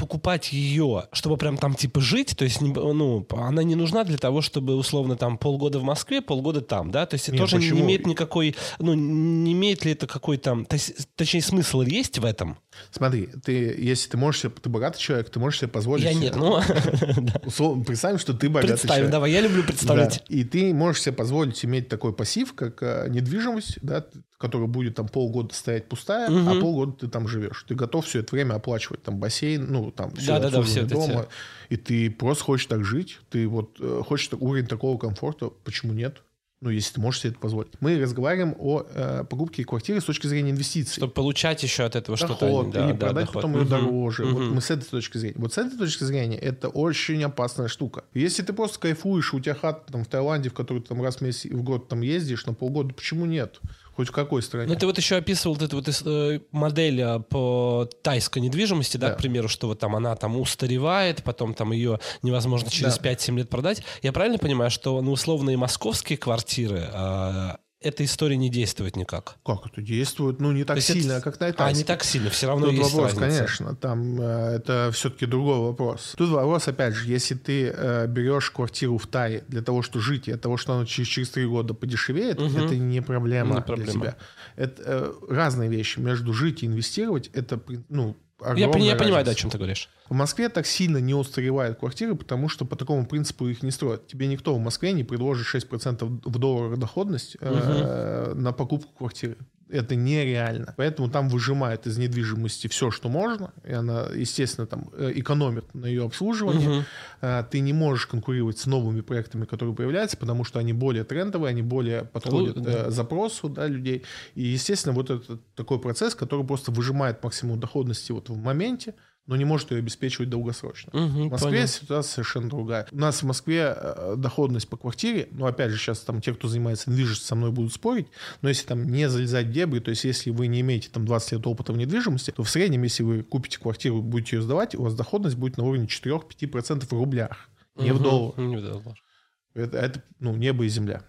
покупать ее, чтобы прям там типа жить, то есть ну, она не нужна для того, чтобы условно там полгода в Москве, полгода там, да? То есть это Нет, тоже почему? не имеет никакой, ну, не имеет ли это какой-то, точнее, смысл есть в этом? Смотри, ты, если ты можешь себе, ты богатый человек, ты можешь себе позволить... Я нет, ну... Условно, представим, что ты богатый Представим, человек. давай, я люблю представлять. Да. И ты можешь себе позволить иметь такой пассив, как а, недвижимость, да, которая будет там полгода стоять пустая, угу. а полгода ты там живешь. Ты готов все это время оплачивать там бассейн, ну, там, все да, да, все дома. Это и ты просто хочешь так жить, ты вот э, хочешь уровень такого комфорта, почему нет? Ну, если ты можешь себе это позволить. Мы разговариваем о э, покупке квартиры с точки зрения инвестиций. Чтобы получать еще от этого доход, что-то. Да, или да, продать доход. потом ее угу. дороже. Угу. Вот мы с этой точки зрения. Вот с этой точки зрения это очень опасная штука. Если ты просто кайфуешь, у тебя хата там, в Таиланде, в которую ты там раз в месяц в год там ездишь на полгода, почему нет? Хоть в какой стране. Ну, ты вот еще описывал вот эту вот э, модель по тайской недвижимости, да, да, к примеру, что вот там она там устаревает, потом там ее невозможно через да. пять-семь лет продать. Я правильно понимаю, что ну, условные московские квартиры... Э, эта история не действует никак. Как это действует? Ну, не так сильно, это... как на Тайске. А, не так сильно, все равно Тут есть вопрос, разница. конечно, там э, это все-таки другой вопрос. Тут вопрос, опять же, если ты э, берешь квартиру в Тае для того, чтобы жить, и от того, что она через, через три года подешевеет, угу. это не проблема, не проблема для тебя. Это э, разные вещи. Между жить и инвестировать, это, ну, Я, я понимаю, да, о чем ты говоришь. В Москве так сильно не устаревают квартиры, потому что по такому принципу их не строят. Тебе никто в Москве не предложит шесть процентов в долларах доходность угу. э, на покупку квартиры. Это нереально. Поэтому там выжимают из недвижимости все, что можно. И она, естественно, там экономит на ее обслуживании. Uh-huh. Ты не можешь конкурировать с новыми проектами, которые появляются, потому что они более трендовые, они более подходят uh-huh. запросу, да, людей. И, естественно, вот это такой процесс, который просто выжимает максимум доходности вот в моменте, но не может ее обеспечивать долгосрочно. Угу, в Москве понял. Ситуация совершенно другая. У нас в Москве доходность по квартире, ну, опять же, сейчас там те, кто занимается недвижимостью, со мной будут спорить, но если там не залезать в дебри, то есть если вы не имеете там двадцать лет опыта в недвижимости, то в среднем, если вы купите квартиру, будете ее сдавать, у вас доходность будет на уровне четыре-пять процентов в рублях, не угу, в долларах. Не в долларах. Это, это, ну, небо и земля.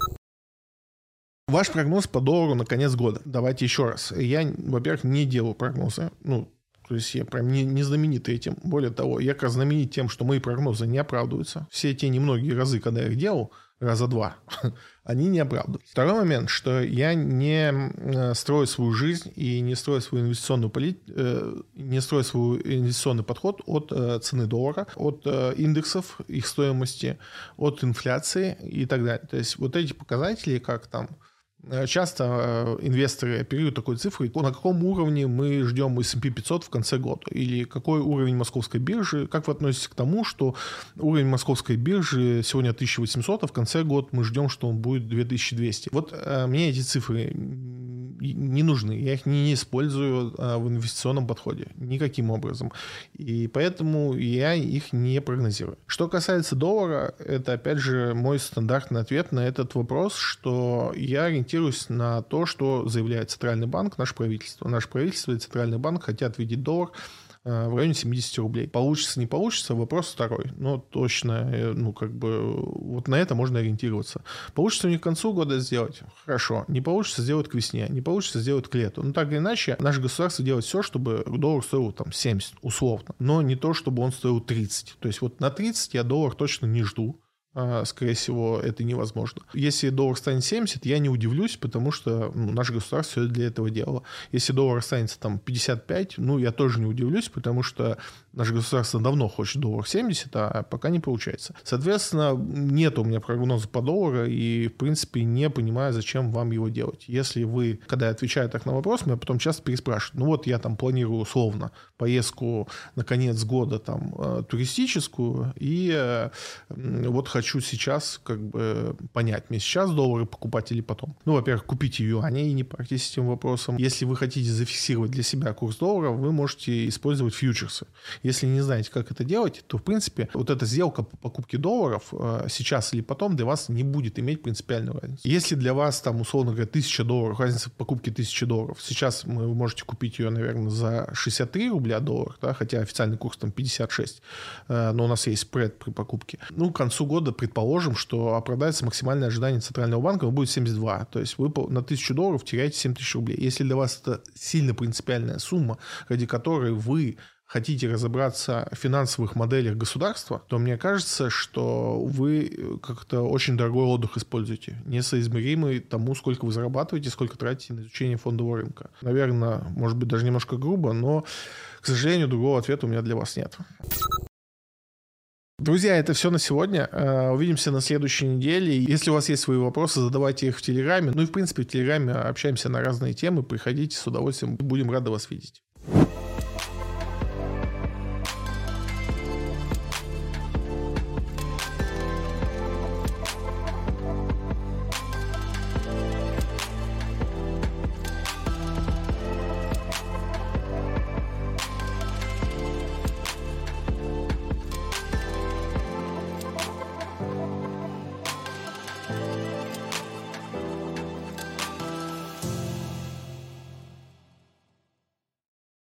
Ваш прогноз по доллару на конец года. Давайте еще раз. Я, во-первых, не делаю прогнозы, ну, то есть я прям не, не знаменитый этим. Более того, я как раз знаменит тем, что мои прогнозы не оправдываются. Все те немногие разы, когда я их делал, раза два, они не оправдываются. Второй момент, что я не строю свою жизнь и не строю свою инвестиционную политику, не строю свой инвестиционный подход от цены доллара, от индексов, их стоимости, от инфляции и так далее. То есть вот эти показатели, как там часто инвесторы оперируют такой цифрой, на каком уровне мы ждем эс энд пи пятьсот в конце года, или какой уровень московской биржи, как вы относитесь к тому, что уровень московской биржи сегодня тысяча восемьсот, а в конце года мы ждем, что он будет две тысячи двести. Вот а, мне эти цифры не нужны, я их не использую а, в инвестиционном подходе никаким образом, и поэтому я их не прогнозирую. Что касается доллара, это опять же мой стандартный ответ на этот вопрос, что я ориентируюсь на то, что заявляет Центральный банк, наше правительство. Наше правительство и Центральный банк хотят видеть доллар в районе семьдесят рублей. Получится, не получится, вопрос второй. Но точно, ну, как бы, вот на это можно ориентироваться. Получится у них к концу года сделать? Хорошо. Не получится сделать к весне. Не получится сделать к лету. Но так или иначе, наше государство делает все, чтобы доллар стоил там семьдесят, условно. Но не то, чтобы он стоил тридцать. То есть вот на тридцать я доллар точно не жду. Скорее всего, это невозможно. Если доллар станет семьдесят, я не удивлюсь, потому что ну, наше государство все для этого делало. Если доллар останется там пятьдесят пять, ну, я тоже не удивлюсь, потому что наше государство давно хочет доллар семьдесят, а пока не получается. Соответственно, нет у меня прогноза по доллару, и, в принципе, не понимаю, зачем вам его делать. Если вы, когда я отвечаю так на вопрос, меня потом часто переспрашивают, ну, вот я там планирую условно поездку на конец года там туристическую, и вот хочу сейчас как бы понять, мне сейчас доллары покупать или потом. Ну, во-первых, купите юани и не парьтесь с этим вопросом. Если вы хотите зафиксировать для себя курс доллара, вы можете использовать фьючерсы. Если не знаете, как это делать, то, в принципе, вот эта сделка по покупке долларов сейчас или потом для вас не будет иметь принципиальную разницу. Если для вас, там, условно говоря, тысяча долларов, разница в покупке тысячи долларов, сейчас вы можете купить ее, наверное, за шестьдесят три рубля доллар, да, хотя официальный курс там пятьдесят шесть, но у нас есть спред при покупке. Ну, к концу года предположим, что оправдается максимальное ожидание Центрального банка, он будет семьдесят два. То есть вы на тысячу долларов теряете семь тысяч рублей. Если для вас это сильно принципиальная сумма, ради которой вы хотите разобраться в финансовых моделях государства, то мне кажется, что вы как-то очень дорогой отдых используете, несоизмеримый тому, сколько вы зарабатываете, сколько тратите на изучение фондового рынка. Наверное, может быть, даже немножко грубо, но, к сожалению, другого ответа у меня для вас нет. Друзья, это все на сегодня. Увидимся на следующей неделе. Если у вас есть свои вопросы, задавайте их в Телеграме. Ну и, в принципе, в Телеграме общаемся на разные темы. Приходите с удовольствием. Будем рады вас видеть.